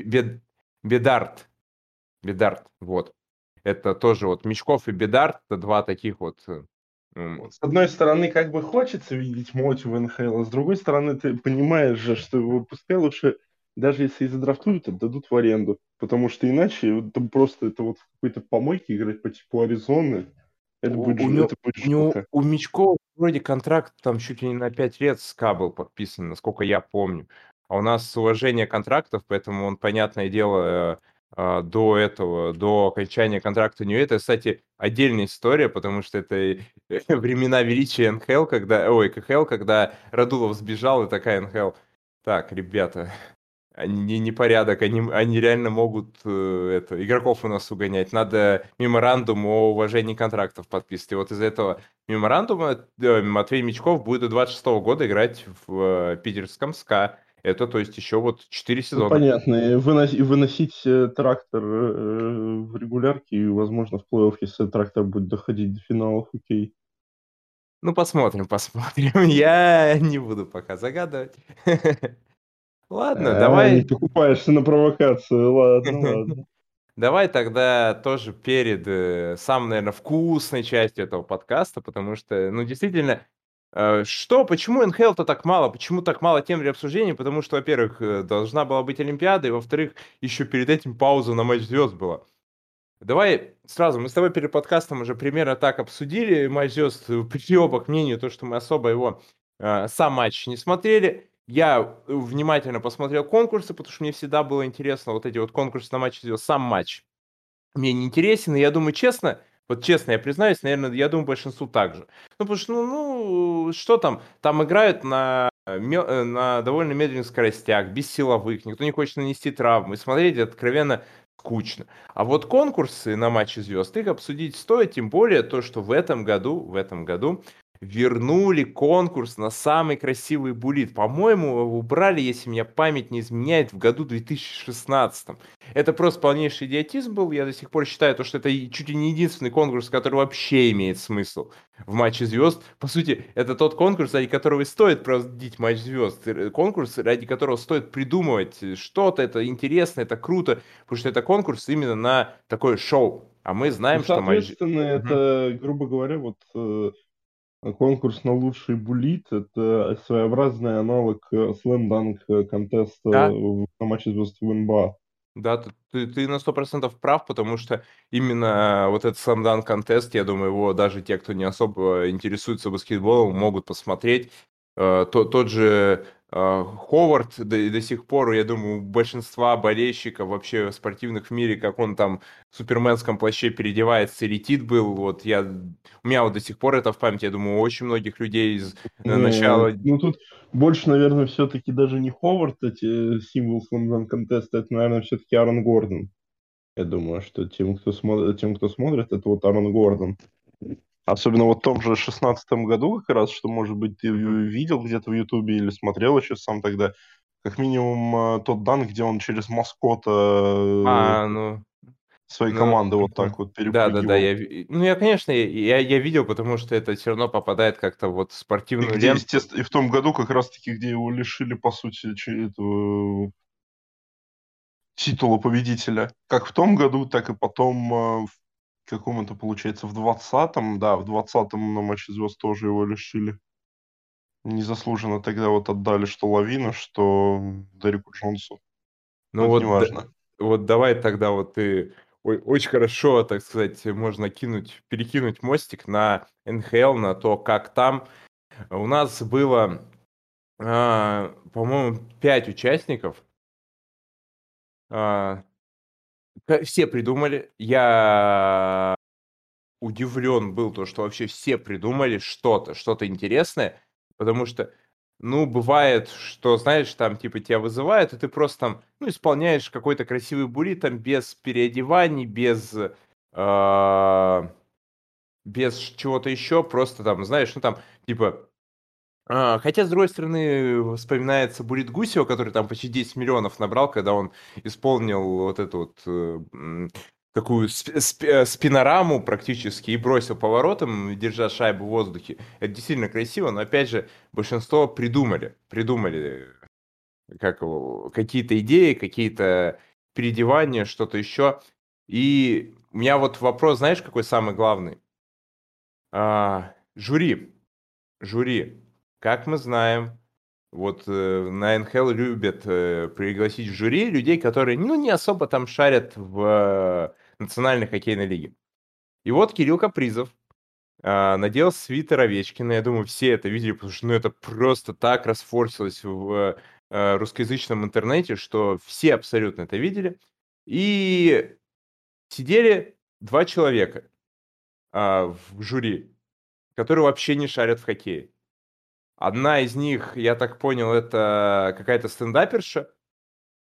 Бедарт. Бедарт, вот. Это тоже вот Мешков и Бедарт, это два таких вот. Вот. С одной стороны, как бы хочется видеть Моти в НХЛ, а с другой стороны, ты понимаешь же, что его пускай лучше, даже если и задрафтуют, отдадут в аренду. Потому что иначе вот там просто это вот в какой-то помойке играть по типу Аризоны, это будет жалко. У Мечкова вроде контракт там чуть ли не на 5 лет с КА был подписан, насколько я помню. А у нас уважение контрактов, поэтому он, понятное дело, до этого, до окончания контракта не это. Кстати, отдельная история, потому что это времена величия НХЛ, когда, ой, КХЛ, когда Радулов сбежал, и такая НХЛ. Так, ребята, непорядок, они реально могут игроков у нас угонять. Надо меморандум о уважении контрактов подписывать. И вот из-за этого меморандума Матвей Мячков будет до 26 года играть в питерском СКА. Это, то есть, еще вот 4 Ну, сезона. понятно. И выносить трактор в регулярке, и, возможно, в плей-офф, если трактор будет доходить до финалов, окей. Ну, посмотрим, посмотрим. Я не буду пока загадывать. Ладно, Не давай. покупаешься на провокацию. Ладно, ладно. Давай тогда тоже перед самой, наверное, вкусной частью этого подкаста, потому что, ну, действительно, почему НХЛ-то так мало? Почему так мало тем для обсуждения? Потому что, во-первых, должна была быть Олимпиада, и, во-вторых, еще перед этим пауза на матч звезд была. Давай сразу, мы с тобой перед подкастом уже примерно так обсудили матч звезд, пришли оба к мнению, то, что мы особо его, сам матч не смотрели. Я внимательно посмотрел конкурсы, потому что мне всегда было интересно вот эти вот конкурсы на матч звезд, сам матч мне не интересен, и я думаю, честно, вот честно я признаюсь, наверное, я думаю, большинству так же. Ну, потому что, что там играют на довольно медленных скоростях, без силовых, никто не хочет нанести травмы, и смотреть откровенно скучно. А вот конкурсы на матчи звезд, их обсудить стоит, тем более то, что в этом году вернули конкурс на самый красивый буллит. По-моему, его убрали, если меня память не изменяет, в году 2016. Это просто полнейший идиотизм был. Я до сих пор считаю, то, что это чуть ли не единственный конкурс, который вообще имеет смысл в матче звезд. По сути, это тот конкурс, ради которого и стоит проводить матч звезд. Конкурс, ради которого стоит придумывать что-то. Это интересно, это круто, потому что это конкурс именно на такое шоу. А мы Ну, знаем, что матч... соответственно, Мгм. это, грубо говоря, вот конкурс на лучший буллит — это своеобразный аналог Slam Dunk контеста Да, на матче звезд в НБА. да, ты на 100% прав, потому что именно вот этот Slam Dunk Contest, я думаю, его даже те, кто не особо интересуется баскетболом, могут посмотреть. Тот же Ховард до сих пор, я думаю, у большинства болельщиков вообще спортивных в мире, как он там в суперменском плаще переодевается и летит был, у меня вот до сих пор это в памяти, я думаю, у очень многих людей из Не, начала... ну тут больше, наверное, все-таки даже не Ховард, эти символ Slam Dunk контеста, это, наверное, все-таки Аарон Гордон. Я думаю, что тем, кто смотрит, это вот Аарон Гордон. Особенно вот в том же 16 году как раз, что, может быть, ты видел где-то в Ютубе или смотрел еще сам тогда, как минимум тот дан, где он через маскота Ну, своей Ну, команды вот так мгм. вот Да-да-да, перепрыгивал. конечно, я видел, потому что это все равно попадает как-то вот в И спортивную где, ленту. естественно, и в том году как раз-таки, где его лишили, по сути, этого титула победителя. Как в том году, так и потом в каком это получается, в 20-м, да, в 20-м на матче звезд тоже его лишили. Незаслуженно тогда вот отдали что Лавину, что Дереку Джонсу. Ну Но это вот, неважно. вот давай тогда вот ты очень хорошо, так сказать, можно перекинуть мостик на НХЛ, на то, как там. У нас было, по-моему, 5 участников. А, Все придумали. Я удивлен был то, что вообще все придумали что-то интересное, потому что, ну, бывает, что, знаешь, там, типа, тебя вызывают, и ты просто там, ну, исполняешь какой-то красивый бурит, там, без переодеваний, а, без чего-то еще, просто там, знаешь, ну, там, типа, хотя, с другой стороны, вспоминается Бурит Гусева, который там почти 10 миллионов набрал, когда он исполнил вот эту вот такую спинораму практически и бросил поворотом, держа шайбу в воздухе. Это действительно красиво, но опять же, большинство придумали какие-то идеи, какие-то переодевания, что-то еще. И у меня вот вопрос, знаешь, какой самый главный? Жюри. Жюри. Как мы знаем, вот на НХЛ любят пригласить в жюри людей, которые, ну, не особо там шарят в национальной хоккейной лиге. И вот Кирилл Капризов надел свитер Овечкина. Я думаю, все это видели, потому что, ну, это просто так расфорсилось в русскоязычном интернете, что все абсолютно это видели. И сидели два человека в жюри, которые вообще не шарят в хоккее. Одна из них, я так понял, это какая-то стендаперша,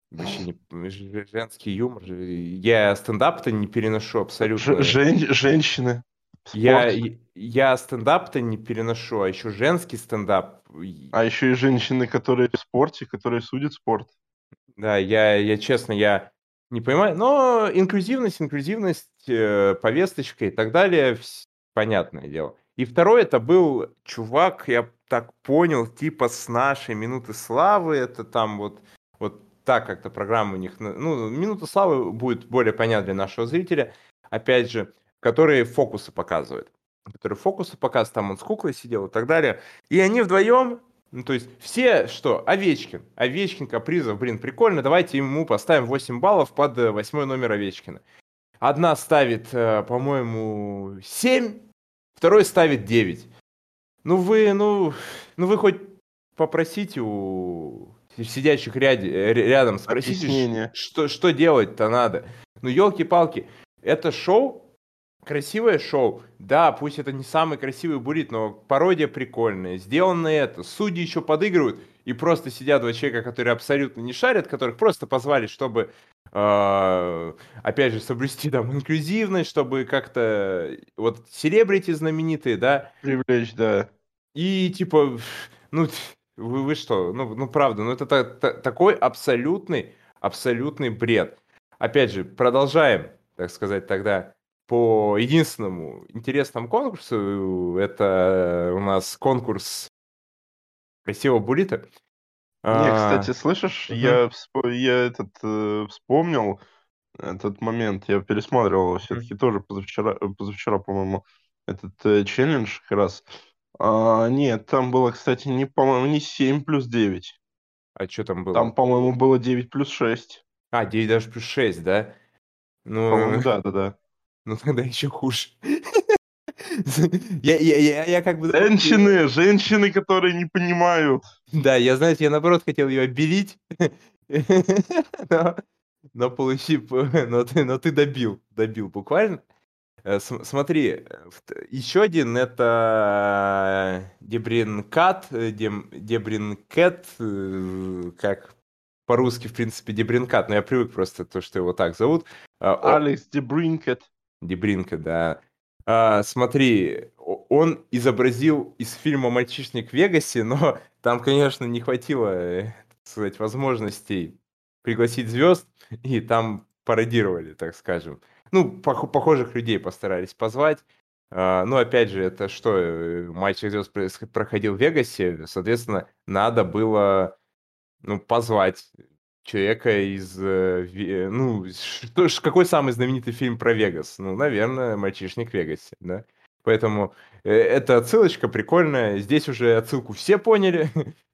Вообще женский юмор. Я стендап-то не переношу абсолютно. Женщины, Я, спорт. я стендап-то не переношу, а еще женский стендап. А еще и женщины, которые в спорте, которые судят спорт. Да, я честно, я не понимаю. Но инклюзивность, повесточка и так далее, понятное дело. И второй это был чувак, я так понял, типа с нашей «Минуты славы». Это там вот так как-то программа у них. Ну, «Минута славы» будет более понятна для нашего зрителя. Опять же, который фокусы показывает. Который фокусы показывает, там он с куклой сидел и так далее. И они вдвоем, ну, то есть все, что, Овечкин. Овечкин, Капризов, блин, прикольно, давайте ему поставим 8 баллов под 8 номер Овечкина. Одна ставит, по-моему, 7, второй ставит 9. Ну вы хоть попросите у сидящих рядом, спросите, Объяснение. что делать-то надо. Ну, елки-палки, это шоу, красивое шоу. Да, пусть это не самый красивый бурит, но пародия прикольная. Сделано это. Судьи еще подыгрывают. И просто сидят два человека, которые абсолютно не шарят, которых просто позвали, чтобы, опять же, соблюсти там инклюзивность, чтобы как-то, вот, селебрити знаменитые, да, Привлечь, да. и типа, ну, вы что, ну правда, ну это такой абсолютный бред. Опять же, продолжаем, так сказать, тогда по единственному интересному конкурсу. Это у нас конкурс красивого буррито. Не, кстати, А, слышишь, мгм, вспомнил этот момент. Я пересматривал мгм. все-таки тоже позавчера, по-моему, этот челлендж как раз. Нет, там было, кстати, по-моему, не 7+9. А что там Там, было? по-моему, было 9+6. 9 даже плюс 6, да? Ну, По-моему, да-да-да. ну тогда еще хуже. Я как бы наоборот, Женщины, которые не понимают. да, я, знаете, я наоборот хотел ее обелить, но, но ты добил буквально. Смотри, еще один это Дебринкат, Дебринкет, как по-русски, в принципе, Дебринкат, но я привык просто то, что его так зовут. Алекс Дебринкет. Дебринка, да. Смотри, он изобразил из фильма «Мальчишник в Вегасе», но там, конечно, не хватило, так сказать, возможностей пригласить звезд, и там пародировали, так скажем. Ну, похожих людей постарались позвать. Ну, опять же, это что, «Мальчик звезд» проходил в Вегасе, соответственно, надо было, ну, позвать человека из, ну, какой самый знаменитый фильм про Вегас? Ну, наверное, «Мальчишник в Вегасе», да? Поэтому эта отсылочка прикольная. Здесь уже отсылку все поняли.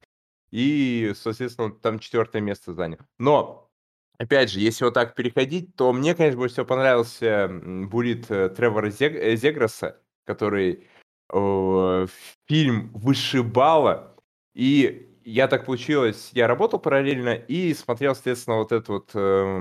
И, соответственно, он там 4 место занял. Но, опять же, если вот так переходить, то мне, конечно, больше всего понравился бурит Тревора Зеграса, который фильм «Вышибала». И я так получилось, я работал параллельно и смотрел, соответственно, вот этот вот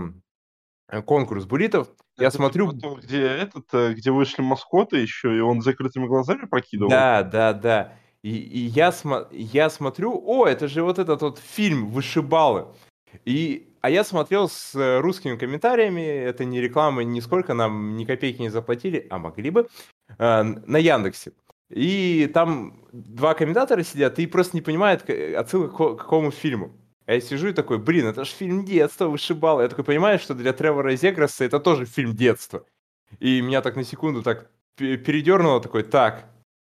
конкурс буритов. Я Это типа смотрю, то, где вышли маскоты еще, и он с закрытыми глазами прокидывал. да, да, да. И я смотрю, это же вот этот вот фильм «Вышибалы». А я смотрел с русскими комментариями, это не реклама, нисколько нам ни копейки не заплатили, а могли бы, на Яндексе. И там два комментатора сидят и просто не понимают отсылок к какому фильму. А я сижу и такой, блин, это же фильм детства, вышибал. Я такой понимаю, что для Тревора Зеграса это тоже фильм детства. И меня так на секунду так передернуло, такой, так,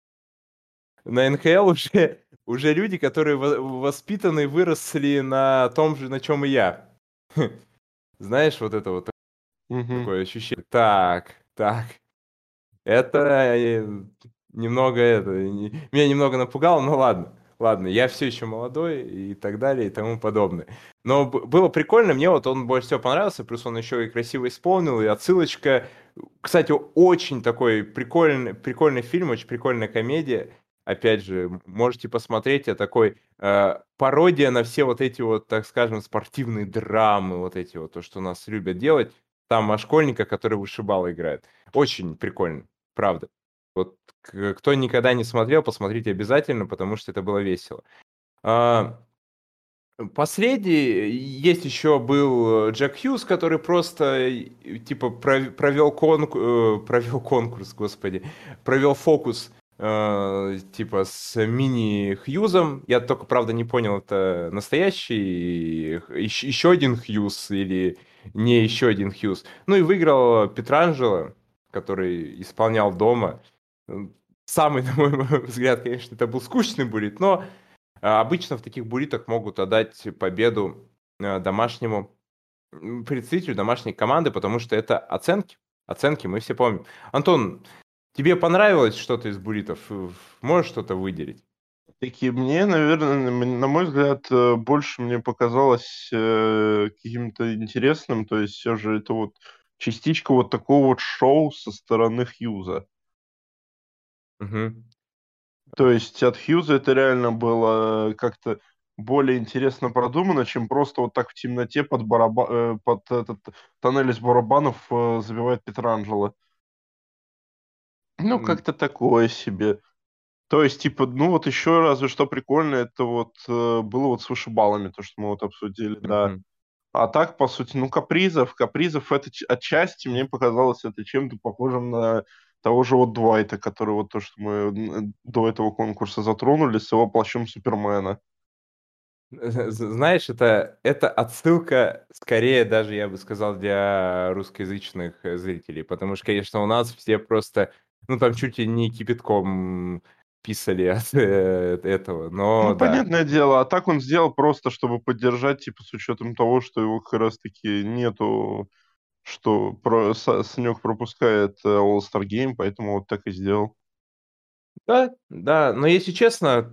на НХЛ уже люди, которые воспитаны, выросли на том же, на чем и я. Знаешь, вот это вот Мгм. такое ощущение. Так, это немного меня немного напугало, но ладно, я все еще молодой и так далее и тому подобное. Но было прикольно, мне вот он больше всего понравился, плюс он еще и красиво исполнил, и отсылочка. Кстати, очень такой прикольный фильм, очень прикольная комедия. Опять же, можете посмотреть, это такой пародия на все вот эти вот, так скажем, спортивные драмы, вот эти вот, то, что нас любят делать. Там о школьника, который вышибала играет. Очень прикольно, правда. Вот кто никогда не смотрел, посмотрите обязательно, потому что это было весело. А, Последний, есть еще был Джек Хьюз, который просто типа провел конкурс, господи, провел фокус типа с мини Хьюзом. Я только, правда, не понял, это настоящий еще один Хьюз или не еще один Хьюз. Ну и выиграл Петранджело, который исполнял дома. Самый, на мой взгляд, конечно, это был скучный буллит, но обычно в таких буллитах могут отдать победу домашнему представителю домашней команды, потому что это оценки. Оценки мы все помним. Антон, тебе понравилось что-то из буллитов? Можешь что-то выделить? Такие мне, наверное, на мой взгляд, больше мне показалось каким-то интересным. То есть все же это вот частичка вот такого вот шоу со стороны Хьюза. Мгм. То есть от Хьюза это реально было как-то более интересно продумано, чем просто вот так в темноте под этот тоннель из барабанов забивает Петранджело. Ну, М, как-то такое себе. То есть, типа, ну вот еще разве что прикольно, это вот было вот с вышибалами, то, что мы вот обсудили, да. мгм. А так, по сути, ну, Капризов это отчасти мне показалось это чем-то похожим на того же вот Дуайта, который вот то, что мы до этого конкурса затронули с его плащом Супермена. Знаешь, это отсылка, скорее даже, я бы сказал, для русскоязычных зрителей, потому что, конечно, у нас все просто, ну, там чуть ли не кипятком писали от этого, но Ну, да. понятное дело, а так он сделал просто, чтобы поддержать, типа, с учетом того, что его как раз-таки нету, что Санек пропускает All-Star Game, поэтому вот так и сделал. Да, да, но если честно,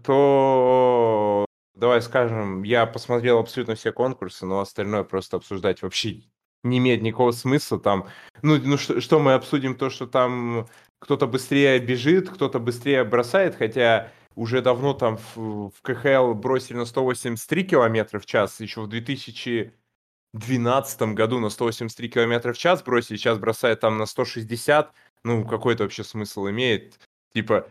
то давай скажем, я посмотрел абсолютно все конкурсы, но остальное просто обсуждать вообще не имеет никакого смысла. Там, ну что мы обсудим то, что там кто-то быстрее бежит, кто-то быстрее бросает, хотя уже давно там в КХЛ бросили на 183 километра в час, еще в 2012 году на 183 километра в час бросили, сейчас бросает там на 160. Ну, какой это вообще смысл имеет? Типа,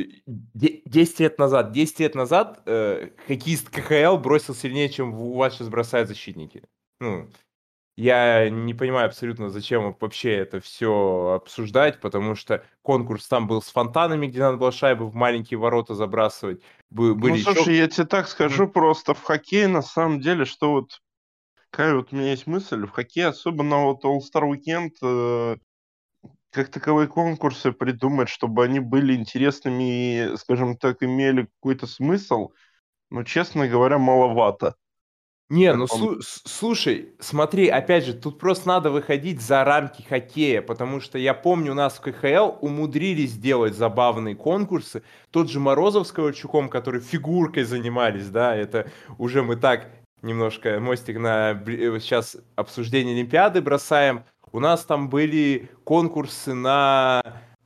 10 лет назад хоккеист КХЛ бросил сильнее, чем у вас сейчас бросают защитники. Ну, я не понимаю абсолютно, зачем вообще это все обсуждать, потому что конкурс там был с фонтанами, где надо было шайбы в маленькие ворота забрасывать. Ну, Были еще... слушай, я тебе так скажу просто, в хоккее на самом деле, что вот какая вот у меня есть мысль, в хоккее, особенно вот All-Star Weekend, как таковые конкурсы придумать, чтобы они были интересными и, скажем так, имели какой-то смысл, но, честно говоря, маловато. Не, Как ну вам? слушай, смотри, опять же, тут просто надо выходить за рамки хоккея, потому что я помню, у нас в КХЛ умудрились сделать забавные конкурсы. Тот же Морозов с Ковальчуком, которые фигуркой занимались, да, это уже мы так немножко мостик на сейчас обсуждение Олимпиады бросаем. У нас там были конкурсы на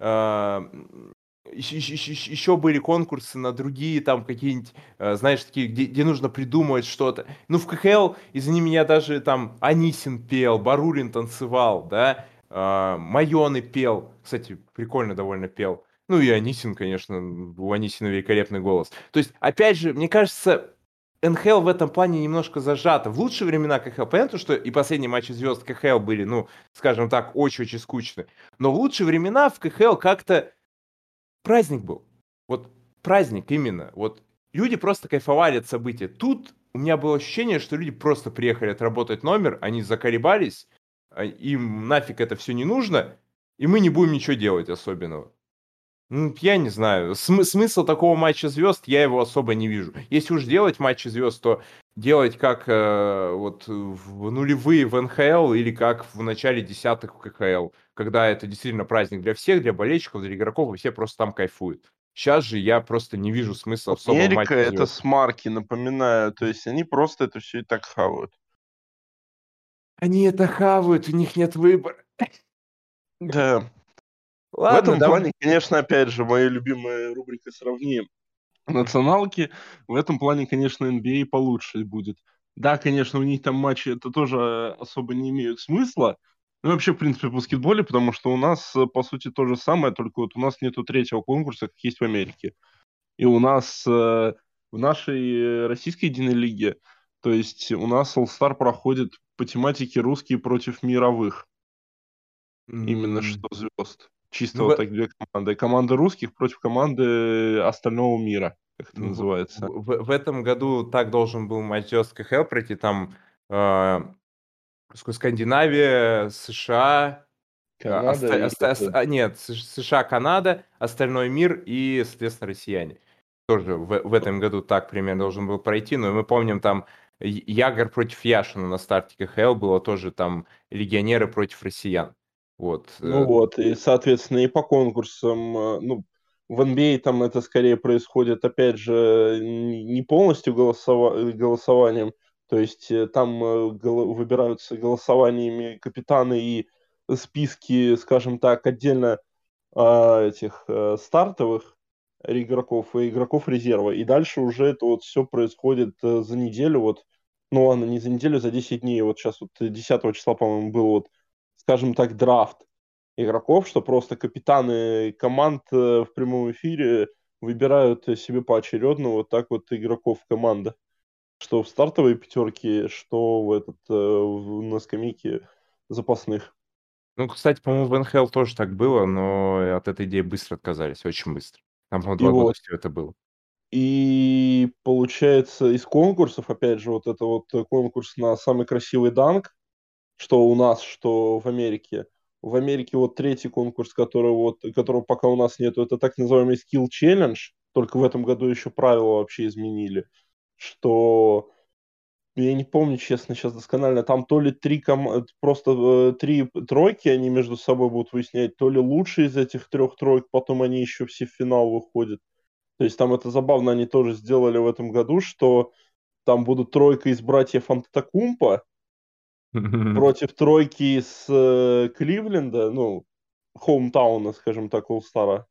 еще были конкурсы на другие там какие-нибудь, знаешь, такие, где нужно придумывать что-то. Ну, в КХЛ, извини меня, даже там Анисин пел, Барулин танцевал, да, Майоны пел. Кстати, прикольно довольно пел. Ну и Анисин, конечно, у Анисина великолепный голос. То есть, опять же, мне кажется, НХЛ в этом плане немножко зажата. В лучшие времена КХЛ, понятно, что и последние матчи звезд КХЛ были, ну, скажем так, очень-очень скучны. Но в лучшие времена в КХЛ как-то праздник был. Вот праздник именно. Вот люди просто кайфовали от события. Тут у меня было ощущение, что люди просто приехали отработать номер, они заколебались, им нафиг это все не нужно, и мы не будем ничего делать особенного. Ну, я не знаю. Смысл такого матча звезд я его особо не вижу. Если уж делать матчи звезд, то делать как вот в нулевые в НХЛ или как в начале десятых в КХЛ, когда это действительно праздник для всех, для болельщиков, для игроков, и все просто там кайфуют. Сейчас же я просто не вижу смысла особого Америка — матча это звезд. смарки, напоминаю, то есть они просто это все и так хавают. Они это хавают, у них нет выбора. Да. В Ладно, этом давай. плане, конечно, опять же, моя любимая рубрика «Сравни националки». В этом плане, конечно, NBA получше будет. Да, конечно, у них там матчи это тоже особо не имеют смысла. Ну, вообще, в принципе, в баскетболе, потому что у нас, по сути, то же самое, только вот у нас нету третьего конкурса, как есть в Америке. И у нас в нашей российской единой лиге То есть у нас All-Star проходит по тематике русские против мировых. Именно что звезд. Чисто Ну, вот так две команды. Команда русских против команды остального мира, как это ну, называется. в этом году так должен был матч с КХЛ пройти, там э, Скандинавия, США, Канада и нет, США, Канада, остальной мир и, соответственно, россияне. Тоже в этом году так примерно должен был пройти, но мы помним там Ягор против Яшина на старте КХЛ было тоже там легионеры против россиян. Вот. Ну вот, и, соответственно, и по конкурсам, ну, в NBA там это скорее происходит, опять же, не полностью голосованием, то есть там выбираются голосованиями капитаны и списки, скажем так, отдельно этих стартовых игроков и игроков резерва. И дальше уже это вот все происходит за неделю, вот, ну ладно, не за неделю, за 10 дней. Вот сейчас вот 10 числа, по-моему, был вот, скажем так, драфт игроков, что просто капитаны команд в прямом эфире выбирают себе поочередно вот так вот игроков команды. Что в стартовой пятерке, что в на скамейке запасных. Ну, кстати, по-моему, в НХЛ тоже так было, но от этой идеи быстро отказались, очень быстро. Там, по-моему, И 2 года вот, все это было. и получается из конкурсов, опять же, вот это вот конкурс на самый красивый данк, что у нас, что в Америке. В Америке вот третий конкурс, которого пока у нас нету, это так называемый Skill Challenge, только в этом году еще правила вообще изменили, что я не помню, честно, сейчас досконально, там то ли просто три тройки они между собой будут выяснять, то ли лучшие из этих трех троек, потом они еще все в финал выходят. То есть там это забавно, они тоже сделали в этом году, что там будут тройка из братьев Антетокумпо против тройки из Кливленда, ну, хоумтауна, скажем так, Олстара,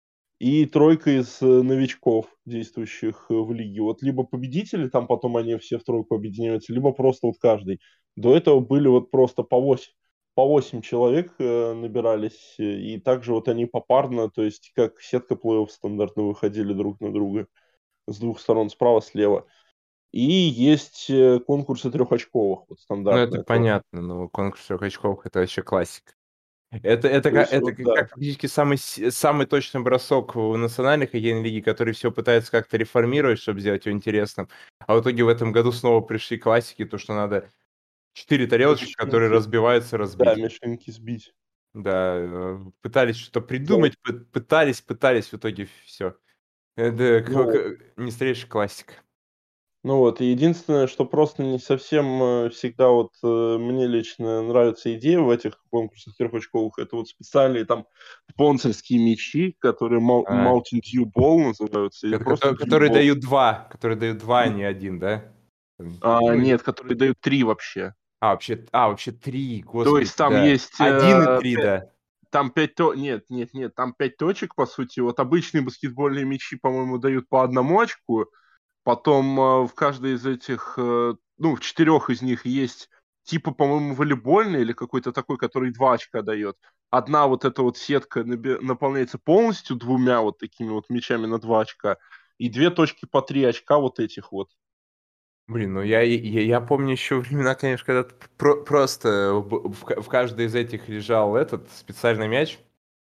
и тройка из новичков, действующих в лиге. Вот либо победители, там потом они все в тройку объединяются, либо просто вот каждый. До этого были вот просто по 8 человек набирались, и также вот они попарно, то есть как сетка плей-офф стандартно выходили друг на друга с двух сторон, справа, слева. И есть конкурсы трехочковых, вот Ну, это стандартные тоже. понятно, но конкурс трех очков — это вообще классика. Это, То есть это вот да. как практически самый точный бросок в национальной хоккейной лиге, который все пытается как-то реформировать, чтобы сделать его интересным. А в итоге в этом году снова пришли классики, то, что надо 4 тарелочки, которые Мишеньки, разбиваются, да, разбить. мишеньки сбить. Да, пытались что-то Да. придумать, пытались, в итоге все. Это Ну, не старейшая классика. ну вот, и единственное, что просто не совсем всегда вот мне лично нравится идея в этих конкурсах трехочковых, это вот специальные там спонсорские мячи, которые А, Mountain Dew Ball называются, или просто Dew которые Ball. дают два, а не один, да? Ну, Нет, которые дают 3 вообще. вообще 3, То господи, есть там да. есть 1 и 3, да. там 5 нет, там 5 точек, по сути. Вот обычные баскетбольные мячи, по-моему, дают по одному очку. Потом в каждой из этих, ну, в 4 из них есть типа, по-моему, волейбольный или какой-то такой, который 2 очка дает. Одна вот эта вот сетка наполняется полностью двумя вот такими вот мячами на 2 очка. И 2 точки по 3 очка вот этих вот. Блин, ну я помню еще времена, конечно, когда просто в каждой из этих лежал этот специальный мяч.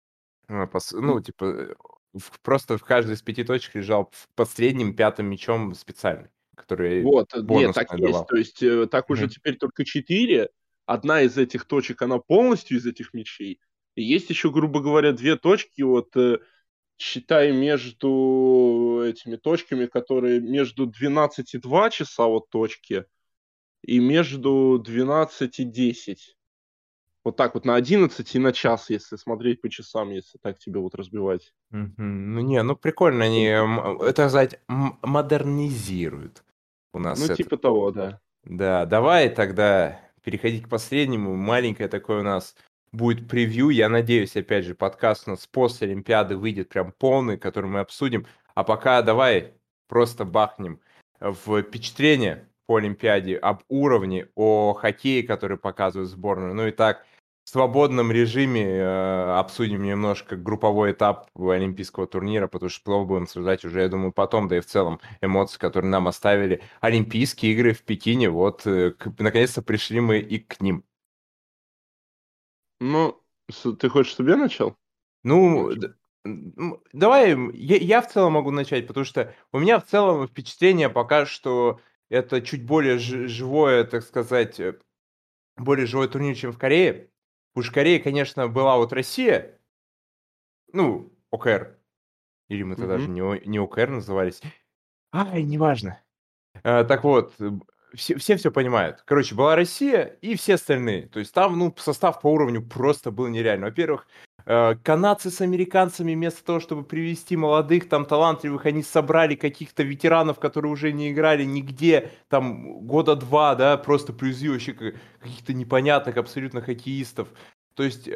Ну, типа, просто в каждой из 5 точек лежал под средним пятым мячом специальный, который Вот, нет, так бонусный есть. давал. То есть так уже Мгм. теперь только 4. Одна из этих точек, она полностью из этих мячей. И есть еще, грубо говоря, 2 точки, вот, считай, между этими точками, которые между 12 и 2 часа, вот точки, и между 12 и 10. Вот так вот на 11 и на час, если смотреть по часам, если так тебе вот разбивать. Мгм. Ну, не, ну прикольно, они, это сказать, модернизируют у Ну, нас это. типа того, да. Да, давай тогда переходить к последнему. Маленькое такое у нас будет превью. Я надеюсь, опять же, подкаст у нас после Олимпиады выйдет прям полный, который мы обсудим. А пока давай просто бахнем в впечатление по Олимпиаде об уровне, о хоккее, который показывает сборную. Ну и так, свободном режиме обсудим немножко групповой этап олимпийского турнира, потому что плов будем обсуждать уже, я думаю, потом, да и в целом эмоции, которые нам оставили Олимпийские игры в Пекине, вот наконец-то пришли мы и к ним. Ну, ты хочешь, чтобы я начал? Ну, давай, я в целом могу начать, потому что у меня в целом впечатление пока что это чуть более живое, так сказать, более живой турнир, чем в Корее. Уж в Корее, конечно, была вот Россия, ну, ОКР, или мы-то даже Мгм. не ОКР назывались. Ай, неважно. Так вот, все понимают. Короче, была Россия и все остальные. То есть там, ну, состав по уровню просто был нереальный. Во-первых, канадцы с американцами вместо того, чтобы привести молодых, там, талантливых, они собрали каких-то ветеранов, которые уже не играли нигде, там, года два, да, просто привезли вообще каких-то непонятных абсолютно хоккеистов. То есть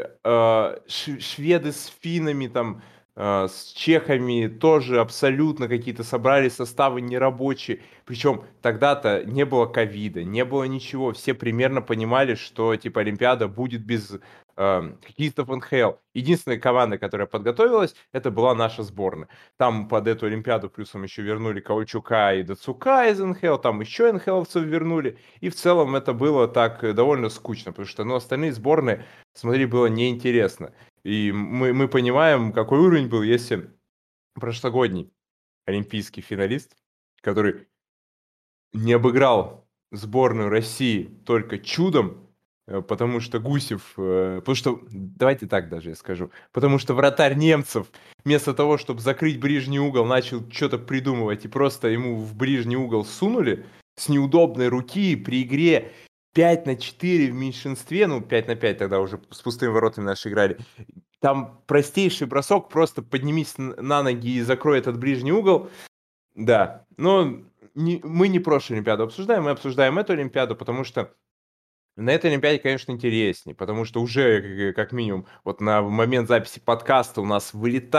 шведы с финнами, там, с чехами тоже абсолютно какие-то собрали составы нерабочие. Причем тогда-то не было ковида, не было ничего. Все примерно понимали, что типа Олимпиада будет без хоккеистов НХЛ. Единственная команда, которая подготовилась, это была наша сборная. Там под эту Олимпиаду плюсом еще вернули Ковальчука и Дацука из НХЛ, там еще НХЛовцев вернули. И в целом это было так довольно скучно, потому что ну, остальные сборные, смотри, было неинтересно. И мы понимаем, какой уровень был, если прошлогодний олимпийский финалист, который не обыграл сборную России только чудом, потому что Гусев, потому что, давайте так даже я скажу, потому что вратарь немцев вместо того, чтобы закрыть ближний угол, начал что-то придумывать и просто ему в ближний угол сунули с неудобной руки при игре 5-4 в меньшинстве, ну 5-5 тогда уже с пустыми воротами наши играли, там простейший бросок, просто поднимись на ноги и закрой этот ближний угол. Да, но мы не прошлую Олимпиаду обсуждаем, мы обсуждаем эту Олимпиаду, потому что на этой Олимпиаде, конечно, интереснее, потому что уже, как минимум, вот на момент записи подкаста у нас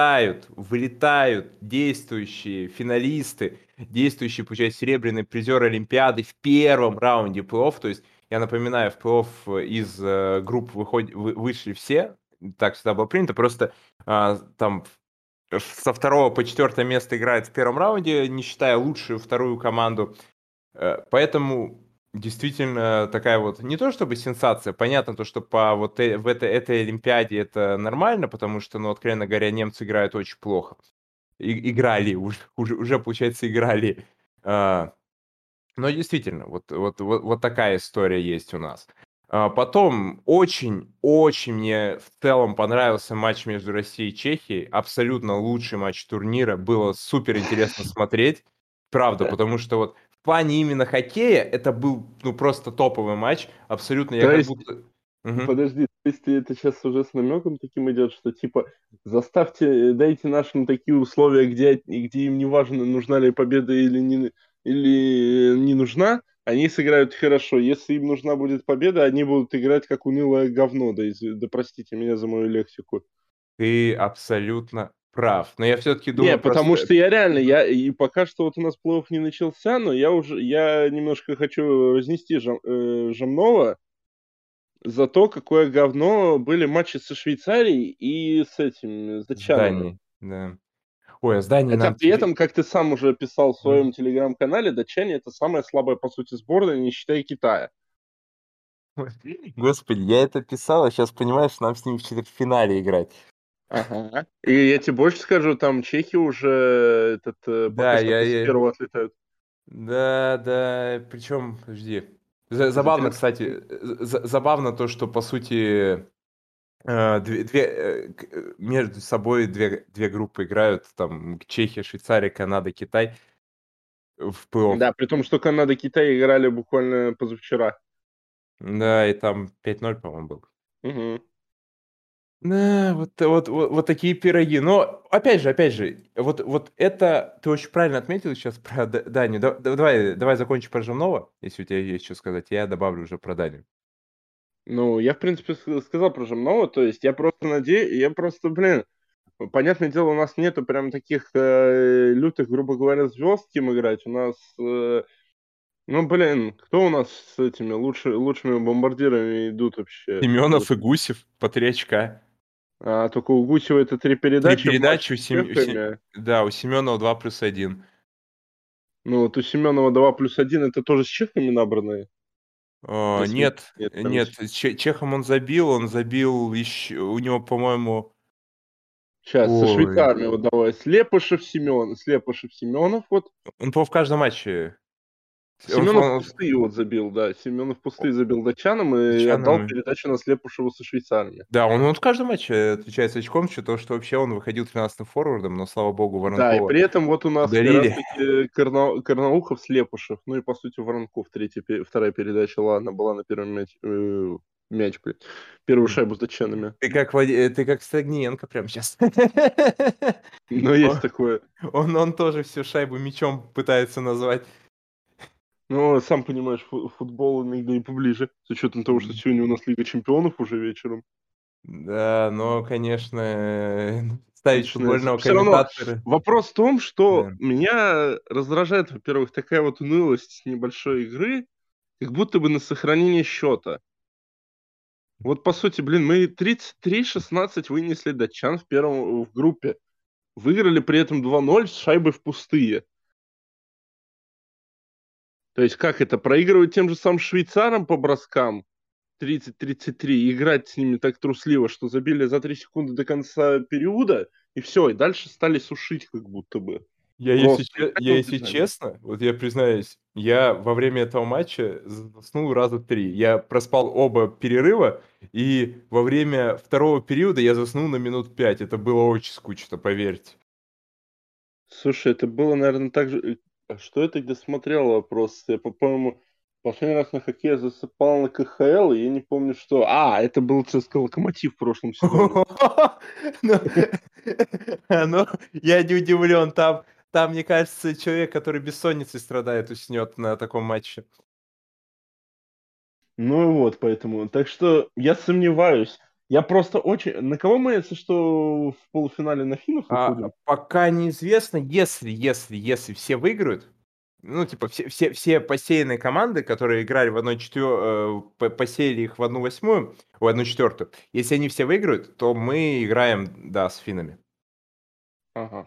вылетают действующие финалисты, действующие, получается, серебряные призеры Олимпиады в первом раунде плей-офф. То есть, я напоминаю, в плей-офф из групп вышли все, так всегда было принято, просто там со второго по четвертое место играет в первом раунде, не считая лучшую вторую команду. Поэтому действительно такая вот, не то чтобы сенсация, понятно то, что по вот в этой Олимпиаде это нормально, потому что, ну, откровенно говоря, немцы играют очень плохо. Играли, уже, получается, играли. А, но действительно, вот такая история есть у нас. Потом очень мне в целом понравился матч между Россией и Чехией. Абсолютно лучший матч турнира. Было супер интересно смотреть. Правда, потому что вот в плане именно хоккея это был ну просто топовый матч. Абсолютно, я То как есть, будто... Мгм. подожди, то есть это сейчас уже с намеком таким идет, что типа заставьте, дайте нашим такие условия, где им не важно, нужна ли победа или не нужна, они сыграют хорошо. Если им нужна будет победа, они будут играть как унылое говно. Да простите меня за мою лексику. Ты абсолютно прав. Но я все-таки Не, думаю потому просто... что я реально, я и пока что вот у нас плей-офф не начался, но я немножко хочу разнести Жамнова за то, какое говно были матчи со Швейцарией и с этим, с датчанами. Здание, да. Ой, а здание Хотя нам... при этом, как ты сам уже писал в Мгм. своем телеграм-канале, датчане это самая слабая, по сути, сборная, не считая Китая. Господи, я это писал, а сейчас понимаешь, что нам с ними в четвертьфинале играть. Ага. И я тебе больше скажу, там чехи уже пока Да, что после я... первого отлетают. Да, причем, подожди. За Забавно, 13 кстати, секунд. забавно то, что, по сути, между собой две группы играют, там, Чехия, Швейцария, Канада, Китай в плей-офф. Да, при том, что Канада и Китай играли буквально позавчера. Да, и там 5-0, по-моему, был. Угу. Да, вот такие пироги. Но, опять же, вот это ты очень правильно отметил сейчас про Данию. Давай закончим про Жирнова, если у тебя есть что сказать. Я добавлю уже про Данию. Ну, я, в принципе, сказал про Жамнова, то есть я просто надеюсь, блин, понятное дело, у нас нету прям таких лютых, грубо говоря, звезд, кем играть. У нас Ну, блин, кто у нас с этими лучшими бомбардирами идут вообще? Семенов и Гусев по 3 очка. Только у Гусева это 3 3 передачи в матче передачи с Чехами. да, у Семенова 2+1. Ну, вот у Семенова 2+1 это тоже с Чехами набранные? Если Нет, нет нет, памяти. Чехом он забил еще, у него, по-моему, Сейчас, со ой, швейцарами вот давай. Слепышев, Семенов вот. он, по в каждом матче, Семенов он пустые вот забил, да. Семенов пустые забил датчанам с и отдал датчанами. передачу на Слепышеву со швейцарами. Да, он в каждом матче отличается очком, то, что вообще он выходил 13-м форвардом, но, слава богу, Да, и Воронкова при этом вот у нас как удалили. раз-таки Карнаухов, Слепышев, ну и по сути Воронков, вторая передача, ладно, была на первом мяч, блядь. Первую шайбу с датчанами. Ты как Стагниенко прям сейчас. Но есть такое. Он тоже всю шайбу мячом пытается назвать. Но, сам понимаешь, футбол иногда и поближе, с учетом того, что сегодня у нас Лига Чемпионов уже вечером. Да, но, конечно, ставить Начинается. футбольного Все равно комментатора. вопрос в том, что Да. меня раздражает, во-первых, такая вот унылость с небольшой игры, как будто бы на сохранение счета. Вот по сути, блин, мы 33-16 вынесли датчан в группе. Выиграли при этом 2-0 с шайбой в пустые. То есть как это? Проигрывать тем же самым швейцарам по броскам 30-33, играть с ними так трусливо, что забили за 3 секунды до конца периода, и все, и дальше стали сушить как будто бы. Я если, Просто че- играть я, в если убежание. честно, вот я признаюсь, я во время этого матча заснул раза 3. Я проспал оба перерыва, и во время второго периода я заснул на минут 5. Это было очень скучно, поверьте. Слушай, это было, наверное, так же... А что это, где смотрел вопрос? Я, по-моему, последний раз на хоккей я засыпал на КХЛ, и я не помню, что... Это был ЦСКА «Локомотив» в прошлом сезоне. Ну, ну, я не удивлен. Там, мне кажется, человек, который бессонницей страдает, уснет на таком матче. Ну и вот, поэтому. Так что я сомневаюсь. Я просто очень... На кого мы, если что, в полуфинале на финнов выходим? Пока неизвестно, если все выиграют, ну, типа, все посеянные команды, которые играли в 1/4, посеяли их в 1/8, в 1/4. Если они все выиграют, то мы играем, да, с финнами. Ага.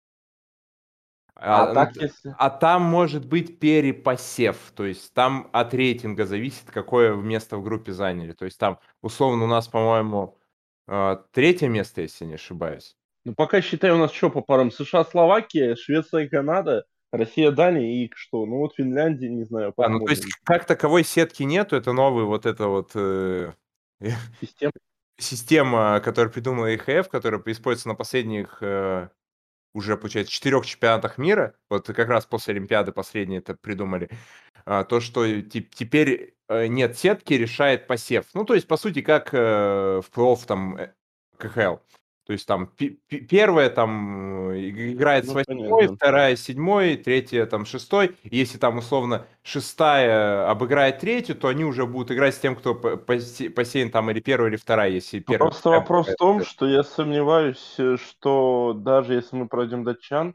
А А, ну, так, если... а там может быть перепосев, то есть там от рейтинга зависит, какое место в группе заняли. То есть там, условно, у нас, по-моему, третье место, если не ошибаюсь. Ну, пока, считай, у нас что по парам? США, Словакия, Швеция, Канада, Россия, Дания и что? Ну, вот Финляндия, не знаю, Ну то есть посмотрим. как таковой сетки нету, это новый вот это вот Система. система, которую придумала ИХФ, которая используется на последних уже, получается, 4 чемпионатах мира, вот как раз после Олимпиады последние это придумали, то, что теперь нет сетки, решает посев. Ну, то есть, по сути, как в плей-офф там КХЛ. То есть там первая там играет с Ну, 8-й, понятно. вторая с 7-й, третья там 6-й. Если там условно 6-я обыграет третью, то они уже будут играть с тем, кто посеян там или первая, или вторая, если Ну, первая просто вторая вопрос в том, обыграет. что я сомневаюсь, что даже если мы пройдем датчан,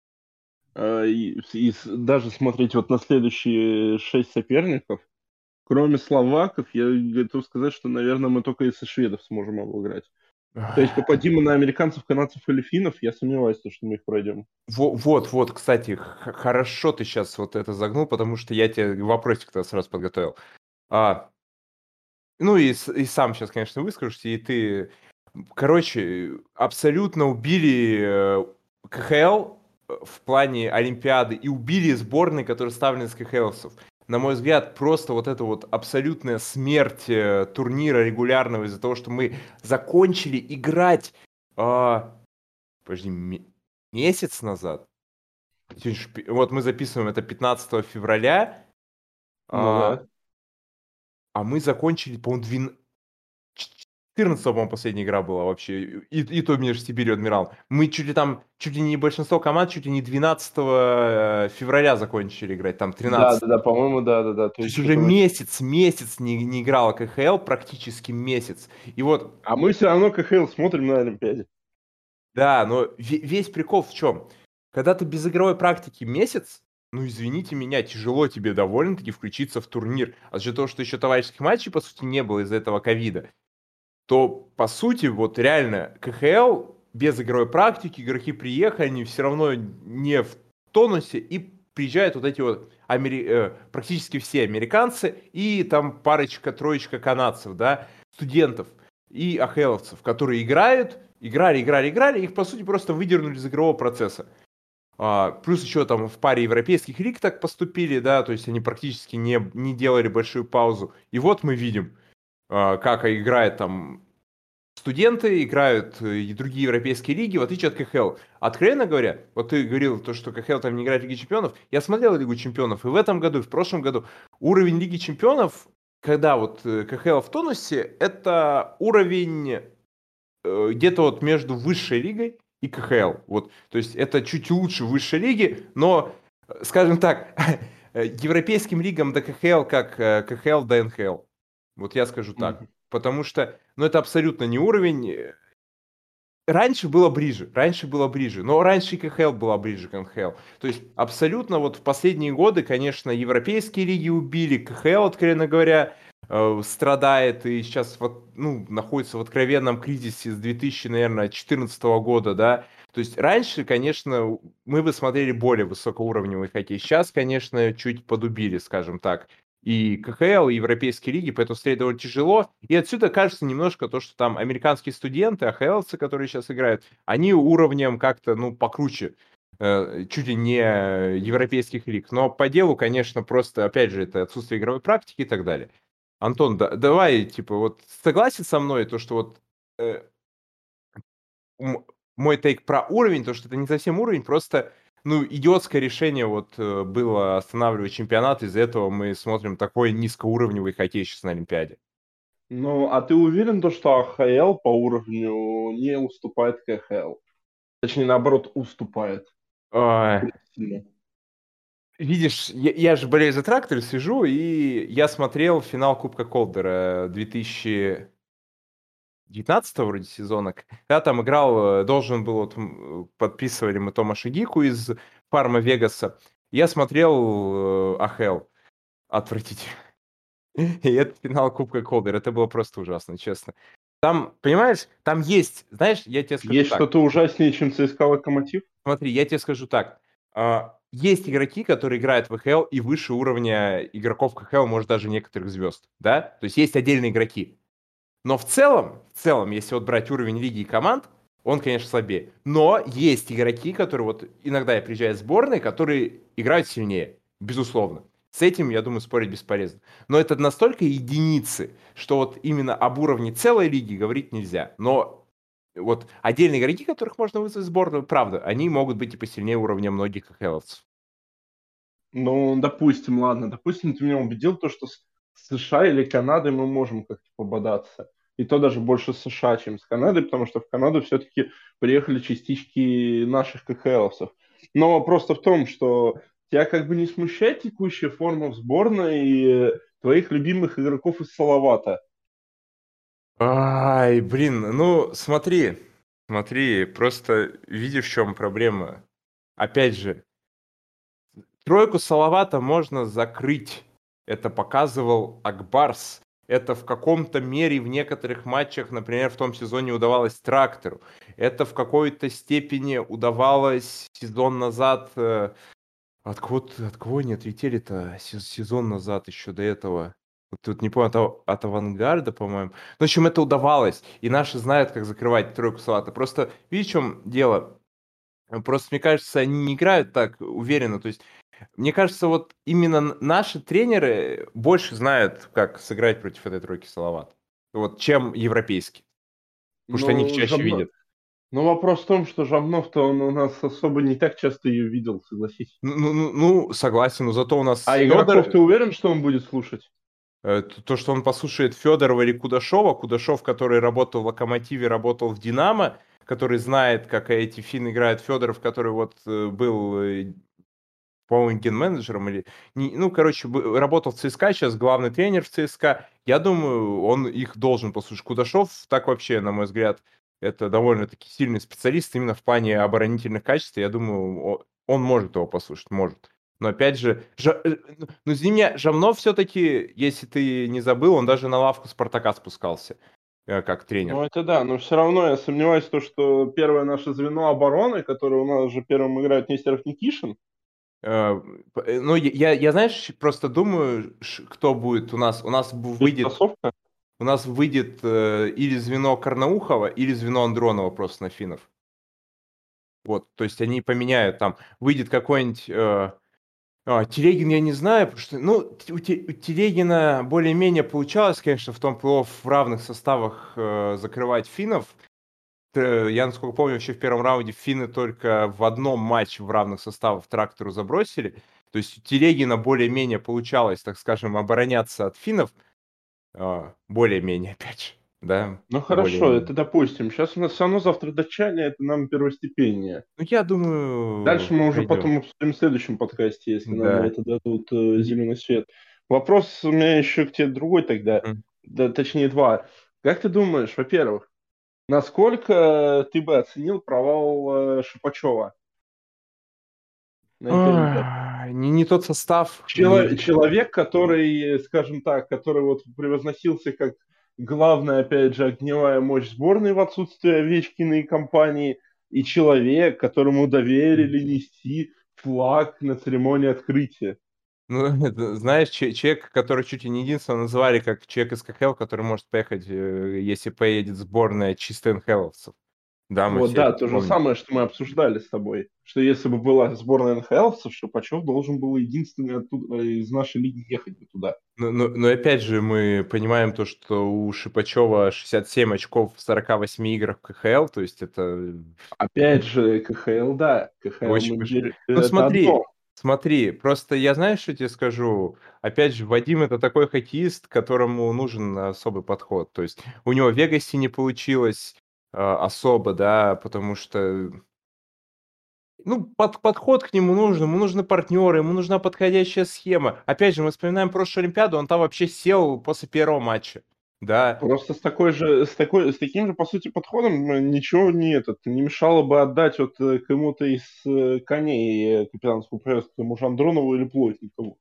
даже смотреть вот на следующие 6 соперников, кроме словаков, я готов сказать, что, наверное, мы только из шведов сможем обыграть. То есть попадим мы на американцев, канадцев или финнов, я сомневаюсь, что мы их пройдем. Вот, кстати, хорошо ты сейчас вот это загнул, потому что я тебе вопросик-то сразу подготовил. А, ну и сам сейчас, конечно, выскажешься, и ты, короче, абсолютно убили КХЛ в плане Олимпиады и убили сборные, которые ставлены с КХЛовцев. На мой взгляд, просто вот это вот абсолютная смерть турнира регулярного из-за того, что мы закончили играть, подожди, месяц назад. Вот мы записываем это 15 февраля, Ну а, да. а мы закончили, по-моему, 14, по-моему, последняя игра была вообще, и то между Сибирью и Адмирал. Мы чуть ли не большинство команд, чуть ли не 12 февраля закончили играть, там Да, 13. да, да, по-моему, да, да, да. То То есть есть уже что-то в месяц не играла КХЛ, практически месяц. И вот, А мы все равно КХЛ смотрим на Олимпиаде. да, но весь прикол в чем? Когда ты без игровой практики месяц, ну, извините меня, тяжело тебе довольно-таки включиться в турнир. А за то, что еще товарищеских матчей, по сути, не было из-за этого ковида, то, по сути, вот реально, КХЛ без игровой практики, игроки приехали, они все равно не в тонусе, и приезжают вот эти вот практически все американцы, и там парочка, троечка канадцев, да, студентов и АХЛовцев, которые играли, их, по сути, просто выдернули из игрового процесса. Плюс еще там в паре европейских лиг так поступили, да, то есть они практически не делали большую паузу. И вот мы видим, как играет там студенты, играют и другие европейские лиги, в отличие от КХЛ. Откровенно говоря, вот ты говорил, то, что КХЛ там не играет в Лиге Чемпионов, я смотрел Лигу Чемпионов, и в этом году, и в прошлом году уровень Лиги Чемпионов, когда вот КХЛ в тонусе, это уровень где-то вот между высшей лигой и КХЛ. Вот, то есть это чуть лучше высшей лиги, но, скажем так, европейским лигам до КХЛ, как КХЛ до НХЛ. Вот я скажу так. Потому что, ну, это абсолютно не уровень. Раньше было ближе, но раньше и КХЛ была ближе к НХЛ. То есть абсолютно вот в последние годы, конечно, европейские лиги убили, КХЛ, откровенно говоря, страдает и сейчас вот, ну, находится в откровенном кризисе с 2014 года, да. То есть раньше, конечно, мы бы смотрели более высокоуровневый хоккей. Сейчас, конечно, чуть подубили, скажем так, и КХЛ, и европейские лиги, поэтому смотреть довольно тяжело. И отсюда кажется немножко то, что там американские студенты, АХЛцы, которые сейчас играют, они уровнем как-то, ну, покруче, чуть ли не европейских лиг. Но по делу, конечно, просто, опять же, это отсутствие игровой практики и так далее. Антон, давай, типа, вот согласен со мной, то, что вот э, мой тейк про уровень, то, что это не совсем уровень, просто, ну, идиотское решение вот было останавливать чемпионат, из-за этого мы смотрим такой низкоуровневый хоккей сейчас на Олимпиаде. Ну, а ты уверен, то, что АХЛ по уровню не уступает КХЛ? Точнее, наоборот, уступает А, сильно. Видишь, я же болею за Трактор, сижу, и я смотрел финал Кубка Колдера 2019 вроде сезона, когда там играл, должен был, вот, подписывали мы Томаша Гику из Фарма Вегаса. Я смотрел АХЛ. Отвратительно. И это финал Кубка Колдера. Это было просто ужасно, честно. Там, понимаешь, там есть, знаешь, я тебе скажу Есть так. что-то ужаснее, чем ЦСКА Локомотив? Смотри, я тебе скажу так. Есть игроки, которые играют в ХЛ и выше уровня игроков КХЛ, может, даже некоторых звезд, да? То есть есть отдельные игроки. Но в целом, если вот брать уровень лиги и команд, он, конечно, слабее. Но есть игроки, которые вот иногда приезжают в сборные, которые играют сильнее, безусловно. С этим, я думаю, спорить бесполезно. Но это настолько единицы, что вот именно об уровне целой лиги говорить нельзя. Но вот отдельные игроки, которых можно вызвать в сборную, правда, они могут быть типа сильнее уровня многих КХЛовцев. Ну, допустим, ладно, допустим, ты меня убедил, то, что с США или Канадой мы можем как-то пободаться. И то даже больше с США, чем с Канадой, потому что в Канаду все-таки приехали частички наших КХЛовцев. Но вопрос-то в том, что тебя как бы не смущает текущая форма в сборной твоих любимых игроков из Салавата? Ай, блин, ну смотри, просто видишь, в чем проблема. Опять же, тройку Салавата можно закрыть. Это показывал Акбарс. Это в каком-то мере в некоторых матчах, например, в том сезоне удавалось Трактору. Это в какой-то степени удавалось сезон назад. От кого они отлетели-то сезон назад еще до этого? Вот тут не помню, от Авангарда, по-моему. Ну, в общем, это удавалось. И наши знают, как закрывать тройку Салата. Просто видишь, в чем дело? Просто, мне кажется, они не играют так уверенно. То есть мне кажется, вот именно наши тренеры больше знают, как сыграть против этой тройки Салават, вот, чем европейские. Потому что они их Ну, чаще видят. но вопрос в том, что Жамнов-то он у нас особо не так часто ее видел, согласись. Ну, согласен, но зато у А нас игроков ты Федор, уверен, что он будет слушать? то, что он послушает Федорова или Кудашова, Кудашов, который работал в Локомотиве, работал в Динамо, который знает, как эти финны играют, Федоров, который вот был по-моему, ген-менеджером или... Ну, короче, работал в ЦСКА, сейчас главный тренер в ЦСКА. Я думаю, он их должен послушать. Кудашов, так вообще, на мой взгляд, это довольно-таки сильный специалист именно в плане оборонительных качеств. Я думаю, он может его послушать, может. Но опять же, ну, извини меня, Жамнов все-таки, если ты не забыл, он даже на лавку Спартака спускался, как тренер. Ну, это да, но все равно я сомневаюсь, в том, что первое наше звено обороны, которое у нас же первым играет Нестеров Никишин. Э, Ну, я, знаешь, просто думаю, кто будет у нас. Выйдет, Перетасовка. или звено Карнаухова, или звено Андронова просто на финнов. Вот, то есть они поменяют, там выйдет какой-нибудь Телегин, я не знаю, потому что, ну, у Телегина более-менее получалось, конечно, в том плей-офф в равных составах закрывать финнов. Я, насколько помню, вообще в первом раунде финны только в одном матче в равных составах трактору забросили. То есть у Телегина более-менее получалось, так скажем, обороняться от финнов. Более-менее, опять же, да, Ну хорошо, более-менее. это допустим. Сейчас у нас все равно завтра датчане, это нам первостепеннее. Ну, я думаю, Дальше мы уже пойдем. потом обсудим в следующем подкасте, если нам на Да. это дадут И- зеленый свет. Вопрос у меня еще к тебе другой тогда, Мгм. да, точнее два. Как ты думаешь, во-первых, насколько ты бы оценил провал Шипачева на этой Олимпиаде? Не тот состав, не... Человек, который, скажем так, который вот превозносился как главная, опять же, огневая мощь сборной в отсутствие Овечкина и компании, и человек, которому доверили нести флаг на церемонии открытия. Ну, это, знаешь, человек, который чуть ли не единственного называли как человек из КХЛ, который может поехать, если поедет сборная чисто НХЛовцев. Да, мы Вот, все да, это то же помним. самое, что мы обсуждали с тобой, что если бы была сборная НХЛовцев, Шипачев должен был единственный оттуда, из нашей лиги ехать бы туда. Но опять же, мы понимаем то, что у Шипачева 67 очков в 48 играх в КХЛ, то есть это Опять же, КХЛ, да, КХЛ очень большой. мундир Ну, это смотри, одно. смотри, просто я знаешь, что тебе скажу? Опять же, Вадим это такой хоккеист, которому нужен особый подход. То есть у него в Вегасе не получилось особо, да, потому что ну, подход к нему нужен, ему нужны партнеры, ему нужна подходящая схема. Опять же, мы вспоминаем прошлую Олимпиаду, он там вообще сел после первого матча. Да, Просто с таким же, по сути, подходом ничего не мешало бы отдать вот кому-то из коней капитанскую повестку, тому же Андронову или Плотникову.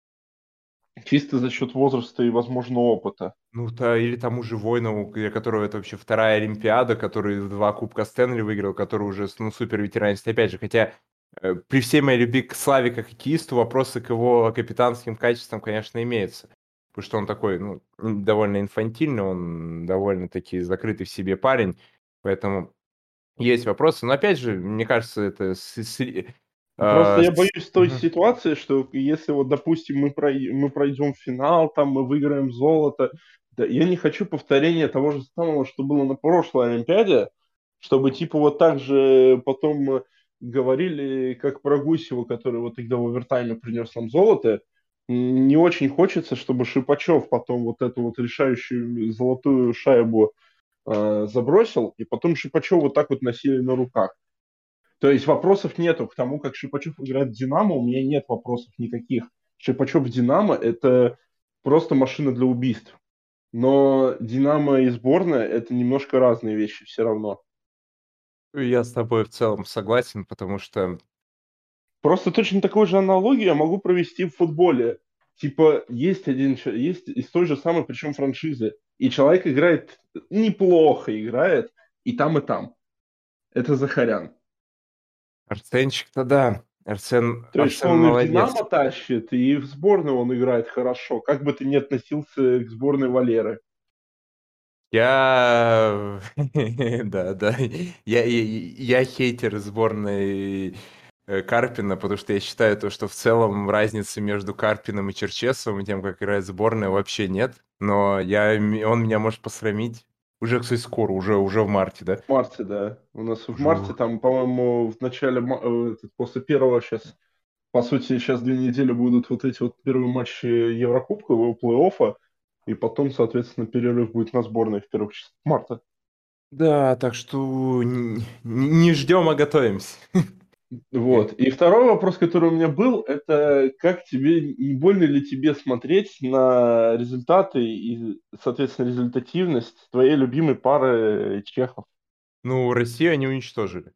Чисто за счет возраста и, возможно, опыта. ну, или тому же Войнову, для которого это вообще вторая Олимпиада, который 2 Кубка Стэнли выиграл, который уже, ну, супер ветеранist. Опять же, хотя при всей моей любви к Славе как хоккеисту, вопросы к его капитанским качествам, конечно, имеются. Потому что он такой, ну, довольно инфантильный, он довольно-таки закрытый в себе парень. Поэтому есть вопросы. Но опять же, мне кажется, это Просто я боюсь той Мгм. ситуации, что если вот, допустим, мы пройдем финал, там мы выиграем золото, да, я не хочу повторения того же самого, что было на прошлой Олимпиаде, чтобы типа вот так же потом говорили, как про Гусева, который вот тогда в овертайме принес нам золото. Не очень хочется, чтобы Шипачев потом вот эту вот решающую золотую шайбу забросил, и потом Шипачев вот так вот носили на руках. То есть вопросов нету к тому, как Шипачев играет в «Динамо», у меня нет вопросов никаких. Шипачев в «Динамо» — это просто машина для убийств. Но «Динамо» и сборная — это немножко разные вещи все равно. Я с тобой в целом согласен, потому что Просто точно такую же аналогию я могу провести в футболе. Типа, есть из той же самой, причем франшизы, и человек играет, неплохо играет, и там, и там. Это Захарян. Арсенчик-то да. То есть, что Арсен он и в молодец. «Динамо» тащит, и в сборную он играет хорошо. Как бы ты ни относился к сборной Валеры. Я... Да, да. Я хейтер сборной Карпина, потому что я считаю то, что в целом разницы между Карпином и Черчесовым и тем, как играет сборная, вообще нет. Но он меня может посрамить. Уже, кстати, скоро, уже в марте, да? В марте, да. У нас в Уже... марте, там, по-моему, в начале, после первого сейчас, по сути, сейчас 2 недели будут вот эти вот первые матчи Еврокубка, плей-оффа, и потом, соответственно, перерыв будет на сборной в первых числах марта. Да, так что не ждем, а готовимся. Вот. И второй вопрос, который у меня был, это как тебе, не больно ли тебе смотреть на результаты и, соответственно, результативность твоей любимой пары чехов? Ну, Россию они уничтожили.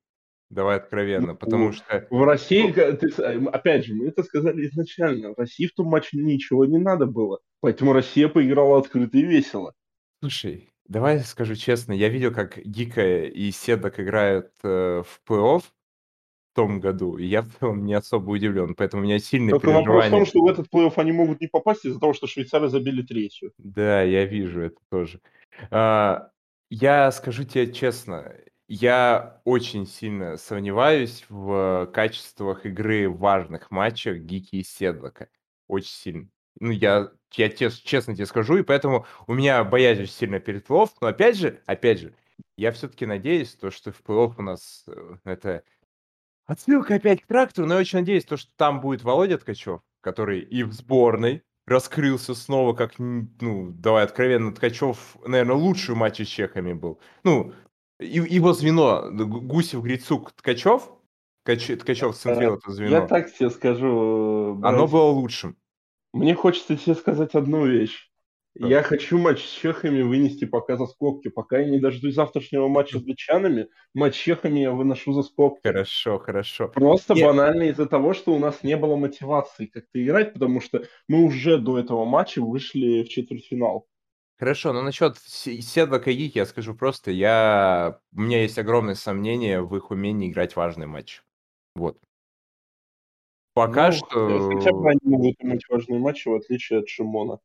Давай откровенно, потому Ну, что... в России, ну, опять же, мы это сказали изначально, в России в том матче ничего не надо было, поэтому Россия поиграла открыто и весело. слушай, давай скажу честно, я видел, как Гика и Седок играют в плей-офф в том году, и я в целом не особо удивлен, поэтому у меня сильные Только вопрос в том, переживания. что в этот плей-офф они могут не попасть из-за того, что швейцары забили третью. Да, я вижу это тоже. А, я скажу тебе честно, я очень сильно сомневаюсь в качествах игры в важных матчах Гики и Седлока. Очень сильно. Ну, честно тебе скажу, и поэтому у меня боязнь очень сильно перед плей-офф. Но опять же, я все-таки надеюсь, то, что в плей-офф у нас это отсылка опять к трактору, но я очень надеюсь, то, что там будет Володя Ткачев, который и в сборной раскрылся снова, как, ну, давай откровенно, Ткачев, наверное, лучший в матче с чехами был. Ну, его звено, Гусев, Грицук, Ткачев, Ткачев Э, сцентрил это Я звено, так тебе скажу, оно братик. было лучшим. Мне хочется тебе сказать одну вещь. Что? Я хочу матч с чехами вынести пока за скобки. Пока я не дождусь завтрашнего матча с датчанами, матч с чехами я выношу за скобки. Хорошо, хорошо. Просто Не, банально из-за того, что у нас не было мотивации как-то играть, потому что мы уже до этого матча вышли в четвертьфинал. хорошо, но насчет Седлака и Гики я скажу просто, у меня есть огромные сомнения в их умении играть важный матч. Вот. Пока Ну, хотя бы что они могут иметь важные матчи, в отличие от Шимона.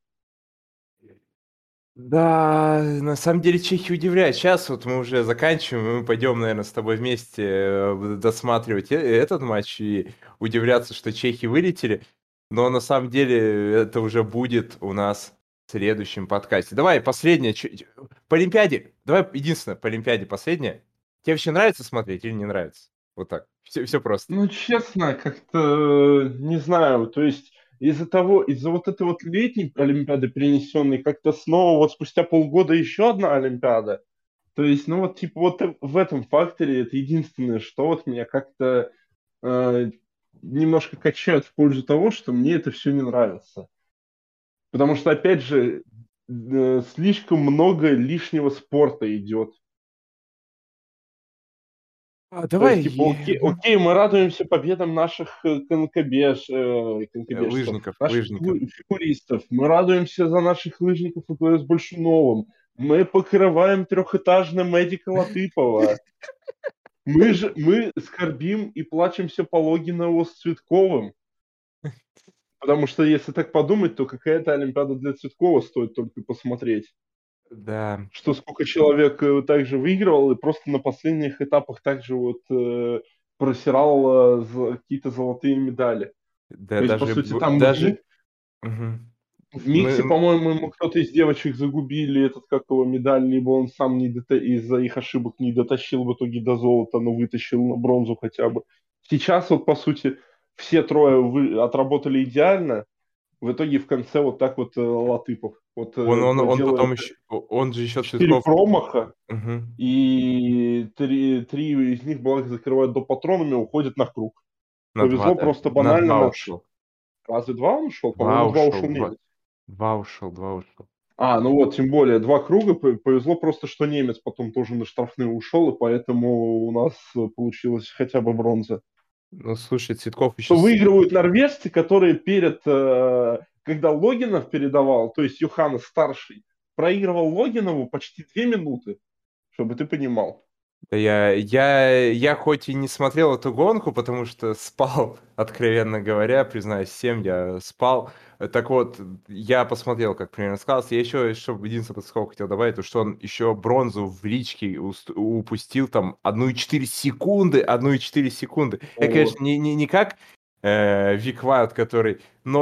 да, на самом деле чехи удивляют. Сейчас вот мы уже заканчиваем, и мы пойдем, наверное, с тобой вместе досматривать этот матч и удивляться, что чехи вылетели. Но на самом деле это уже будет у нас в следующем подкасте. Давай, последнее. По Олимпиаде. Давай, единственное, по Олимпиаде последнее. Тебе вообще нравится смотреть или не нравится? Вот так. Все просто. Ну, честно, как-то не знаю. То есть из-за вот этой вот летней Олимпиады перенесенной, как-то снова вот спустя полгода еще одна Олимпиада. То есть, ну вот типа вот в этом факторе это единственное, что вот меня как-то э, немножко качает в пользу того, что мне это все не нравится. Потому что, опять же, слишком много лишнего спорта идет. То есть, Давай, типа, окей, мы радуемся победам наших конкобежцев, лыжников, наших лыжников. фигуристов, мы радуемся за наших лыжников с Большуновым, мы покрываем трехэтажным Эдика Латыпова, мы скорбим и плачемся по Логинову с Цветковым, потому что, если так подумать, то какая-то Олимпиада для Цветкова стоит только посмотреть. Да, Что сколько человек также выигрывал и просто на последних этапах также вот просирал какие-то золотые медали. да, То есть, по даже, сути, там даже, мгм. В миксе, Мы, по-моему, ему кто-то из девочек загубили этот, как его, медаль, либо он сам из-за их ошибок не дотащил в итоге до золота, но вытащил на бронзу хотя бы. Сейчас вот, по сути, все трое отработали идеально, в итоге в конце вот так вот Латыпов вот он делает потом еще, он же еще 4 Цветков. промаха, Мгм. и три из них, благо, закрывают до патронами, уходят на круг. На два, Повезло да. просто На банально два на... ушел. Разве два он ушел? Два По-моему, два ушел, ушел немец. два ушел, два ушел. Ну вот, тем более, два круга. Повезло просто, что немец потом тоже на штрафные ушел, и поэтому у нас получилась хотя бы бронза. Ну, слушай, Цветков еще... Что выигрывают норвежцы, которые когда Логинов передавал, то есть Йоханнес старший, проигрывал Логинову почти 2 минуты, чтобы ты понимал. Да я хоть и не смотрел эту гонку, потому что спал, откровенно говоря, признаюсь всем, я спал. Так вот, я посмотрел, как примерно сказался. Я еще, чтобы единственное подсказку хотел добавить, то что он еще бронзу в личке упустил там 1,4 секунды, 1,4 секунды. Это, Вот. конечно, не как Вик Вайлд, который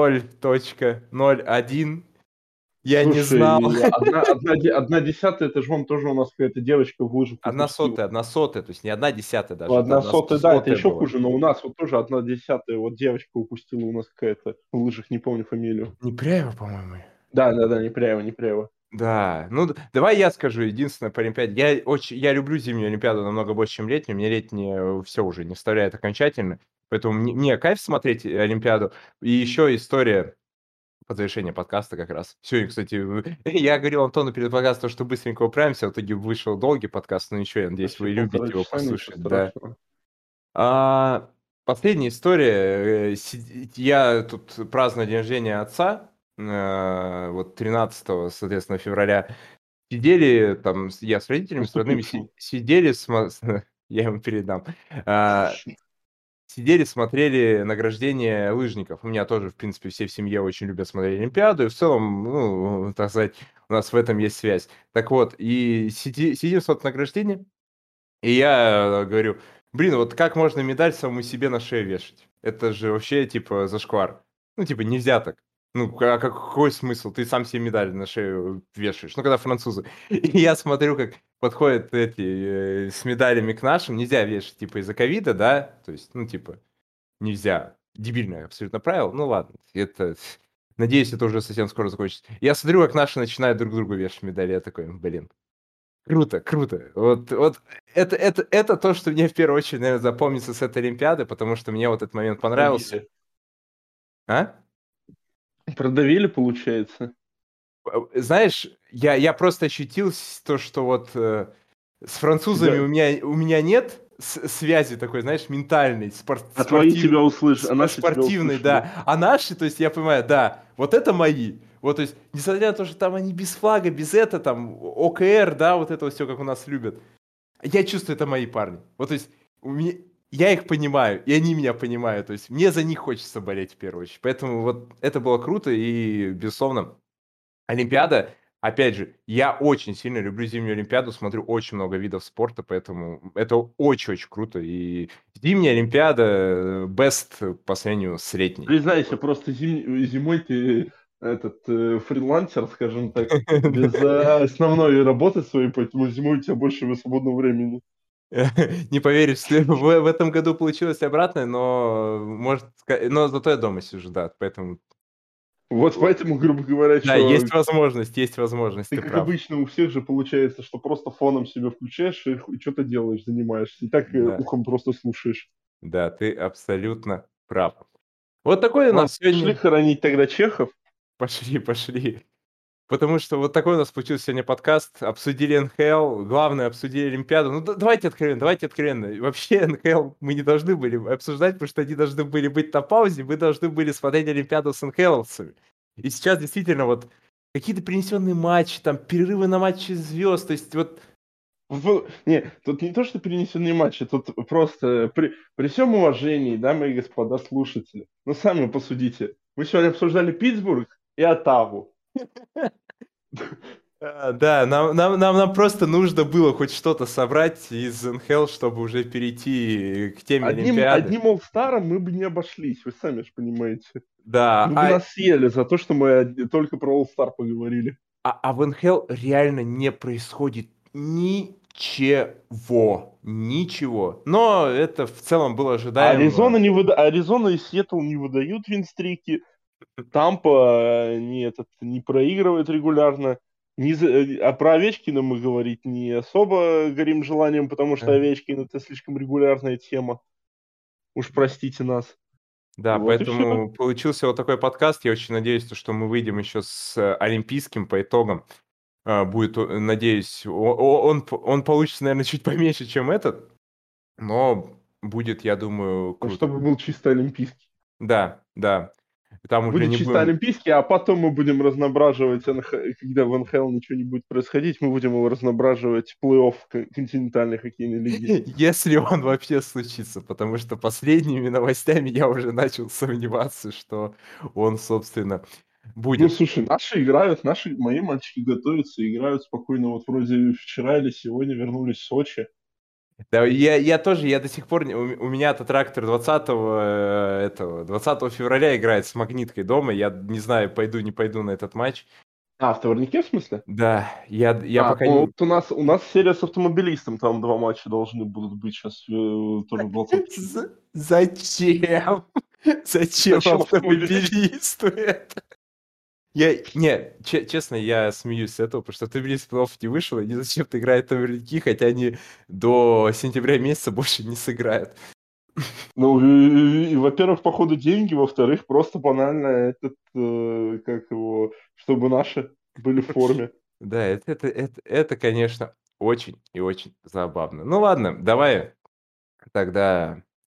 0,01. Я не знал. Слушай, одна десятая, это же вон тоже у нас какая-то девочка в лыжах упустила. Одна сотая, то есть не 1/10 Ну, даже, это одна одна сотая, да, это сотая еще была. хуже, но у нас вот тоже 1/10, вот девочка упустила у нас какая-то в лыжах, не помню фамилию. Непряева, по-моему. Да, Непряева, Непряева. Да, ну давай я скажу единственное по Олимпиаде. Я люблю зимнюю Олимпиаду намного больше, чем летнюю. Мне летняя все уже не вставляет окончательно. Поэтому мне кайф смотреть Олимпиаду. И еще история под завершение подкаста как раз. Все, и, кстати, я говорил Антону перед подкастом, что быстренько управимся, в итоге вышел долгий подкаст, но ничего, я надеюсь, вы Почти любите полтора его часа, ничего послушать, да. страшного. А, Последняя история. Я тут праздную день рождения отца, вот 13, соответственно, февраля. Сидели там, я с родителями, с родными Наступившим. сидели, я ему передам. А, Сидели, смотрели награждение лыжников. У меня тоже, в принципе, все в семье очень любят смотреть Олимпиаду, и в целом, ну, так сказать, у нас в этом есть связь. Так вот, и сидим, смотрим награждение, и я говорю, блин, вот как можно медаль самому себе на шею вешать? Это же вообще, типа, зашквар. Ну, типа, нельзя так. Ну, какой смысл? Ты сам себе медаль на шею вешаешь. Ну, когда французы. И я смотрю, как подходят эти с медалями к нашим. Нельзя вешать, типа, из-за ковида, да? То есть, ну, типа, нельзя. Дебильное абсолютно правило. Ну, ладно. Это... Надеюсь, это уже совсем скоро закончится. Я смотрю, как наши начинают друг другу вешать медали. Я такой, блин, круто, круто. Вот это то, что мне в первую очередь, наверное, запомнится с этой Олимпиады, потому что мне вот этот момент понравился. Продавили. А? Продавили, получается. Знаешь, я просто ощутил то, что вот с французами Тебя... у меня нет связи такой, знаешь, ментальной, А твои тебя услышали, а наши тебя спортивной, услышали. да. А наши, то есть я понимаю, да, вот это мои. Вот, то есть, несмотря на то, что там они без флага, без там, ОКР, да, вот это все, как у нас любят. Я чувствую, это мои парни. Вот, то есть, я их понимаю, и они меня понимают. То есть, мне за них хочется болеть в первую очередь. Поэтому вот это было круто, и, безусловно, Олимпиада, опять же, я очень сильно люблю зимнюю Олимпиаду, смотрю очень много видов спорта, поэтому это очень-очень круто. И зимняя Олимпиада best по сравнению с летней. Признайся, просто зимой ты фрилансер, скажем так, без основной работы своей, поэтому зимой у тебя больше свободного времени. Не поверишь, в этом году получилось обратное, но но зато я дома сижу, да, поэтому Вот поэтому, грубо говоря, да, что есть возможность, ты, ты как прав. обычно, у всех же получается, что просто фоном себя включаешь и что-то делаешь, занимаешься. И так Да, ухом просто слушаешь. да, ты абсолютно прав. Вот такой у Ладно, нас пошли сегодня... хоронить тогда Чехов. Пошли, пошли. Потому что вот такой у нас получился сегодня подкаст. Обсудили НХЛ, главное, обсудили Олимпиаду. Ну, давайте откровенно, давайте откровенно. Вообще НХЛ мы не должны были обсуждать, потому что они должны были быть на паузе. Мы должны были смотреть Олимпиаду с НХЛовцами. И сейчас действительно вот какие-то принесенные матчи, там, перерывы на матчи звезд. То есть вот... Не, тут не то, что перенесенные матчи, тут просто при всем уважении, дамы и господа слушатели, ну сами посудите. Мы сегодня обсуждали Питтсбург и Оттаву. Да, нам просто нужно было хоть что-то собрать из НХЛ, чтобы уже перейти к теме Олимпиады. Одним All-Старом мы бы не обошлись, вы сами же понимаете. Да, Вы бы нас съели за то, что мы только про All-Star поговорили. а в НХЛ реально не происходит ничего. Ничего. Но это в целом было ожидаемо. Аризона и Сиэтл не выдают винстрики. Тампа не проигрывает регулярно. А про Овечкина мы говорить не особо горим желанием, потому что Э, Овечкин это слишком регулярная тема. Уж простите нас. Да, Вот и все. поэтому получился вот такой подкаст. Я очень надеюсь, что мы выйдем еще с олимпийским по итогам. Будет, надеюсь, он получится, наверное, чуть поменьше, чем этот, но будет, я думаю, круто. Чтобы был чисто олимпийский. Да, да. Там уже Будет не чисто будем... олимпийский, а потом мы будем разноображивать, когда в НХЛ ничего не будет происходить, мы будем его разноображивать плей-офф континентальной хоккейной лиги. Если он вообще случится, потому что последними новостями я уже начал сомневаться, что он, собственно, Ну, будет. слушай, наши играют, мои мальчики готовятся, играют спокойно. Вот вроде вчера или сегодня вернулись в Сочи. Да, я тоже, я до сих пор, у меня-то трактор 20 февраля играет с Магниткой дома, я не знаю, пойду, не пойду на этот матч. А, в Товарнике, в смысле? Да, я А, пока ну, не... вот у нас серия с автомобилистом, там два матча должны будут быть сейчас, тоже в 20 числе. Зачем? Зачем Зачем автомобилист? автомобилисту это? Честно, я смеюсь с этого, потому что Тбилиси плей не вышел, и зачем ты играет Таврики, хотя они до сентября месяца больше не сыграют. Ну, во-первых, по ходу деньги, во-вторых, просто банально как его, чтобы наши были в форме. Да, это, конечно, очень и очень забавно. Ну ладно, давай тогда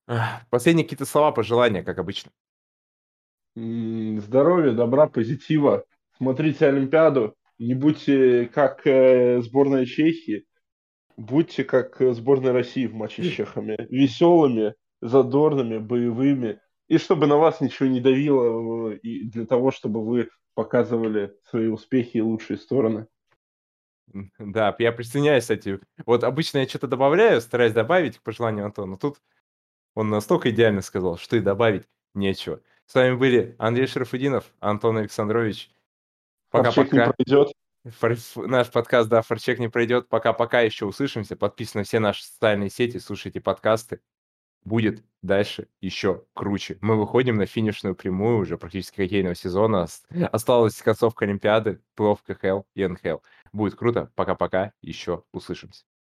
Последние какие-то слова, пожелания, как обычно. Здоровья, добра, позитива. Смотрите Олимпиаду. Не будьте как сборная Чехии, будьте как сборная России в матче с чехами. Веселыми, задорными, боевыми. И чтобы на вас ничего не давило, и для того, чтобы вы показывали свои успехи и лучшие стороны. Да, я присоединяюсь, кстати. Вот обычно я что-то добавляю, стараюсь добавить к пожеланию Антона. Тут он настолько идеально сказал, что и добавить нечего. С вами были Андрей Шарафутдинов, Антон Александрович. Форчек не Пока-пока. пройдет. Наш подкаст, да, форчек не пройдет. Пока-пока, еще услышимся. Подписывайтесь на все наши социальные сети, слушайте подкасты. Будет дальше еще круче. Мы выходим на финишную прямую уже практически хоккейного сезона. Осталась концовка Олимпиады, плей-офф КХЛ и НХЛ. Будет круто. Пока-пока, еще услышимся.